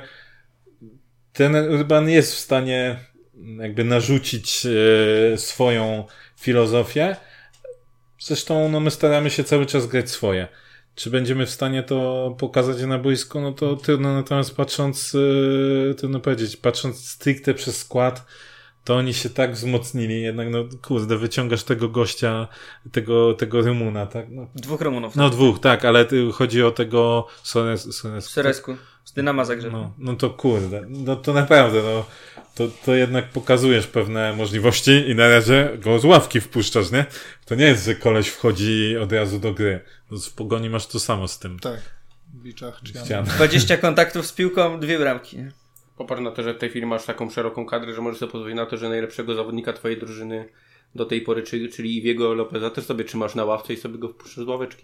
ten Urban jest w stanie jakby narzucić e, swoją filozofię. Zresztą no, my staramy się cały czas grać swoje. Czy będziemy w stanie to pokazać na boisku? No to trudno, natomiast patrząc, yy, trudno powiedzieć, patrząc stricte przez skład, to oni się tak wzmocnili, jednak no kurde, wyciągasz tego gościa, tego, tego Rumuna, tak? No, Dwóch Rumunów. no dwóch, tak, ale ty, chodzi o tego Sones, Sones, W Seresku. Z Dynama Zagrzeb. no, no to kurde, no to naprawdę, no to, to jednak pokazujesz pewne możliwości i na razie go z ławki wpuszczasz, nie? To nie jest, że koleś wchodzi od razu do gry. No, w Pogoni masz to samo z tym. Tak. W Biczach czy Ściana. dwadzieścia kontaktów z piłką, dwie bramki. Nie? Popatrz na to, że w tej chwili masz taką szeroką kadrę, że możesz sobie pozwolić na to, że najlepszego zawodnika twojej drużyny do tej pory, czyli, czyli Iwiego Lopeza, też sobie trzymasz na ławce i sobie go wpuszczasz z ławeczki.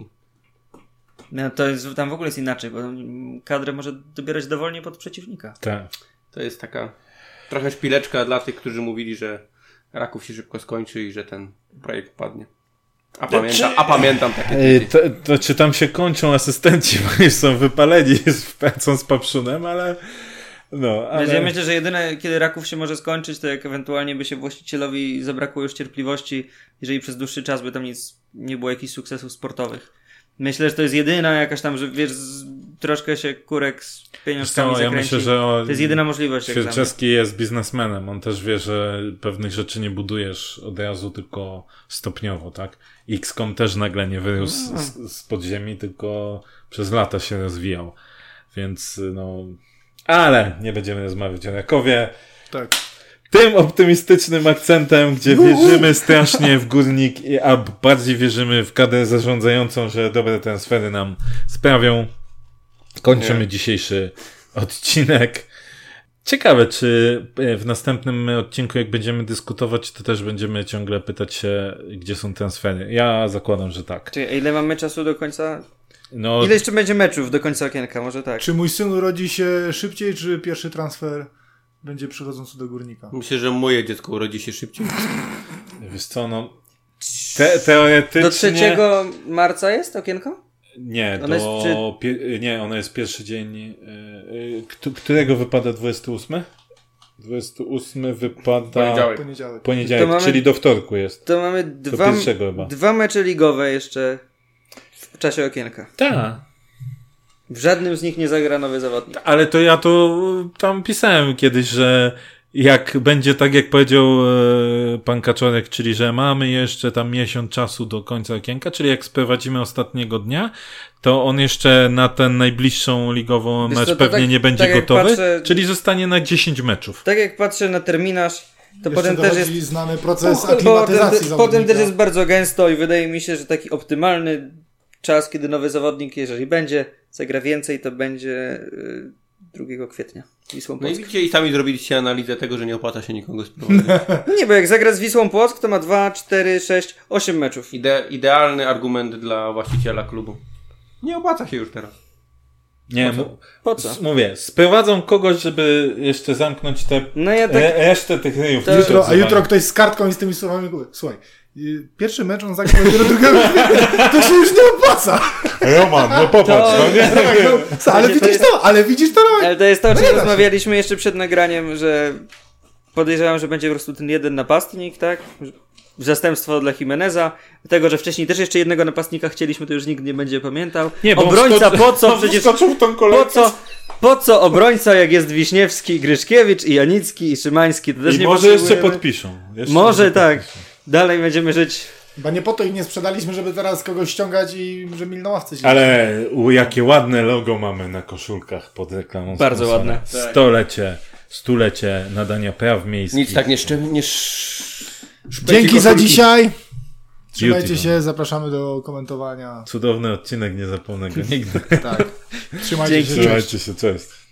No, to jest, tam w ogóle jest inaczej, bo kadrę może dobierać dowolnie pod przeciwnika. Tak. To jest taka trochę szpileczka dla tych, którzy mówili, że Raków się szybko skończy i że ten projekt padnie. A, pamięta, a pamiętam takie Ej, to, to czy tam się kończą asystenci, bo już są wypaleni z pracą z Papszunem, ale no, ale... Ja myślę, że jedyne, kiedy Raków się może skończyć, to jak ewentualnie by się właścicielowi zabrakło już cierpliwości, jeżeli przez dłuższy czas by tam nic, nie było jakichś sukcesów sportowych. Myślę, że to jest jedyna jakaś tam, że wiesz, z, troszkę się kurek z pieniążkami Co, ja zakręci. myślę, że o, to jest jedyna możliwość. Świerczewski jest biznesmenem. On też wie, że pewnych rzeczy nie budujesz od razu, tylko stopniowo, tak? X COM też nagle nie wyrósł no. z, z podziemi, tylko przez lata się rozwijał. Więc no... Ale nie będziemy rozmawiać o Rakowie. Tak. Tym optymistycznym akcentem, gdzie wierzymy strasznie w Górnik, a bardziej wierzymy w kadrę zarządzającą, że dobre transfery nam sprawią. Kończymy nie. dzisiejszy odcinek. Ciekawe, czy w następnym odcinku, jak będziemy dyskutować, to też będziemy ciągle pytać się, gdzie są transfery. Ja zakładam, że tak. Czyli ile mamy czasu do końca? No, ile jeszcze będzie meczów do końca okienka? Może tak. Czy mój syn urodzi się szybciej, czy pierwszy transfer będzie przychodzący do Górnika? Myślę, że moje dziecko urodzi się szybciej. Wiesz co, no te, teoretycznie... Do trzeciego marca jest okienko? Nie, One do... jest, czy... Pie... nie, ono jest pierwszy dzień... Yy, yy, którego wypada dwudziesty ósmy? dwudziesty ósmy wypada... Poniedziałek. Poniedziałek. Poniedziałek, mamy... czyli do wtorku jest. To mamy dwa, dwa mecze ligowe jeszcze w czasie okienka. Tak. W żadnym z nich nie zagra nowy zawodnik. Ale to ja to tam pisałem kiedyś, że jak będzie tak, jak powiedział e, pan Kaczorek, czyli że mamy jeszcze tam miesiąc czasu do końca okienka, czyli jak sprowadzimy ostatniego dnia, to on jeszcze na ten najbliższą ligową Wiesz mecz co, pewnie tak, nie będzie tak gotowy, patrzę, czyli zostanie na dziesięć meczów. Tak jak patrzę na terminarz, to Jeszcze potem też jest znany proces potem, aklimatyzacji potem też jest bardzo gęsto i wydaje mi się, że taki optymalny czas, kiedy nowy zawodnik, jeżeli będzie, zagra więcej, to będzie yy, drugiego kwietnia. Wisłą No i Płock. widzicie, i sami zrobiliście analizę tego, że nie opłaca się nikogo sprowadzić. Nie, bo jak zagra z Wisłą Płock, to ma dwa, cztery, sześć, osiem meczów. Ide- idealny argument dla właściciela klubu. Nie opłaca się już teraz. Nie, Po co? mu- Po co? s- mówię, sprowadzą kogoś, żeby jeszcze zamknąć te No ja tak... re- resztę tych ryjów. To- które Jutro, a odzywają. jutro ktoś z kartką i z tymi słowami mówi, słuchaj, y, pierwszy mecz on zagra dopiero drugiego kwietnia, to się już nie opłaca. Roman, no popatrz, To- no nie? Tak, no, ale to widzisz jest- to, ale widzisz to, no. Ale to jest to, o czym nie da się. rozmawialiśmy jeszcze przed nagraniem, że podejrzewam, że będzie po prostu ten jeden napastnik, tak? Zastępstwo dla Jimeneza. Tego, że wcześniej też jeszcze jednego napastnika chcieliśmy, to już nikt nie będzie pamiętał. Nie, bo Obrońca, wskocz- po co? Przecież wskoczył w tą po kolejkę. co? Po co obrońca, jak jest Wiśniewski, i Gryszkiewicz, i Janicki, i Szymański? To też I nie może jeszcze potrzebujemy. podpiszą. Jeszcze Może tak. podpiszą. Dalej będziemy żyć. Chyba nie po to ich nie sprzedaliśmy, żeby teraz kogoś ściągać i że milną ławce się. Ale u, jakie ładne logo mamy na koszulkach pod reklamą. Bardzo sponsora. ładne. Tak. Stolecie, stulecie nadania praw miejskich. Nic tak nie szczę... Nie sz... Dzięki za koszulki. dzisiaj. Trzymajcie Beauty, się, zapraszamy do komentowania. Cudowny odcinek, nie zapomnę go nigdy. Tak. Trzymajcie Dzięki. się. Cześć. Trzymajcie się, cześć.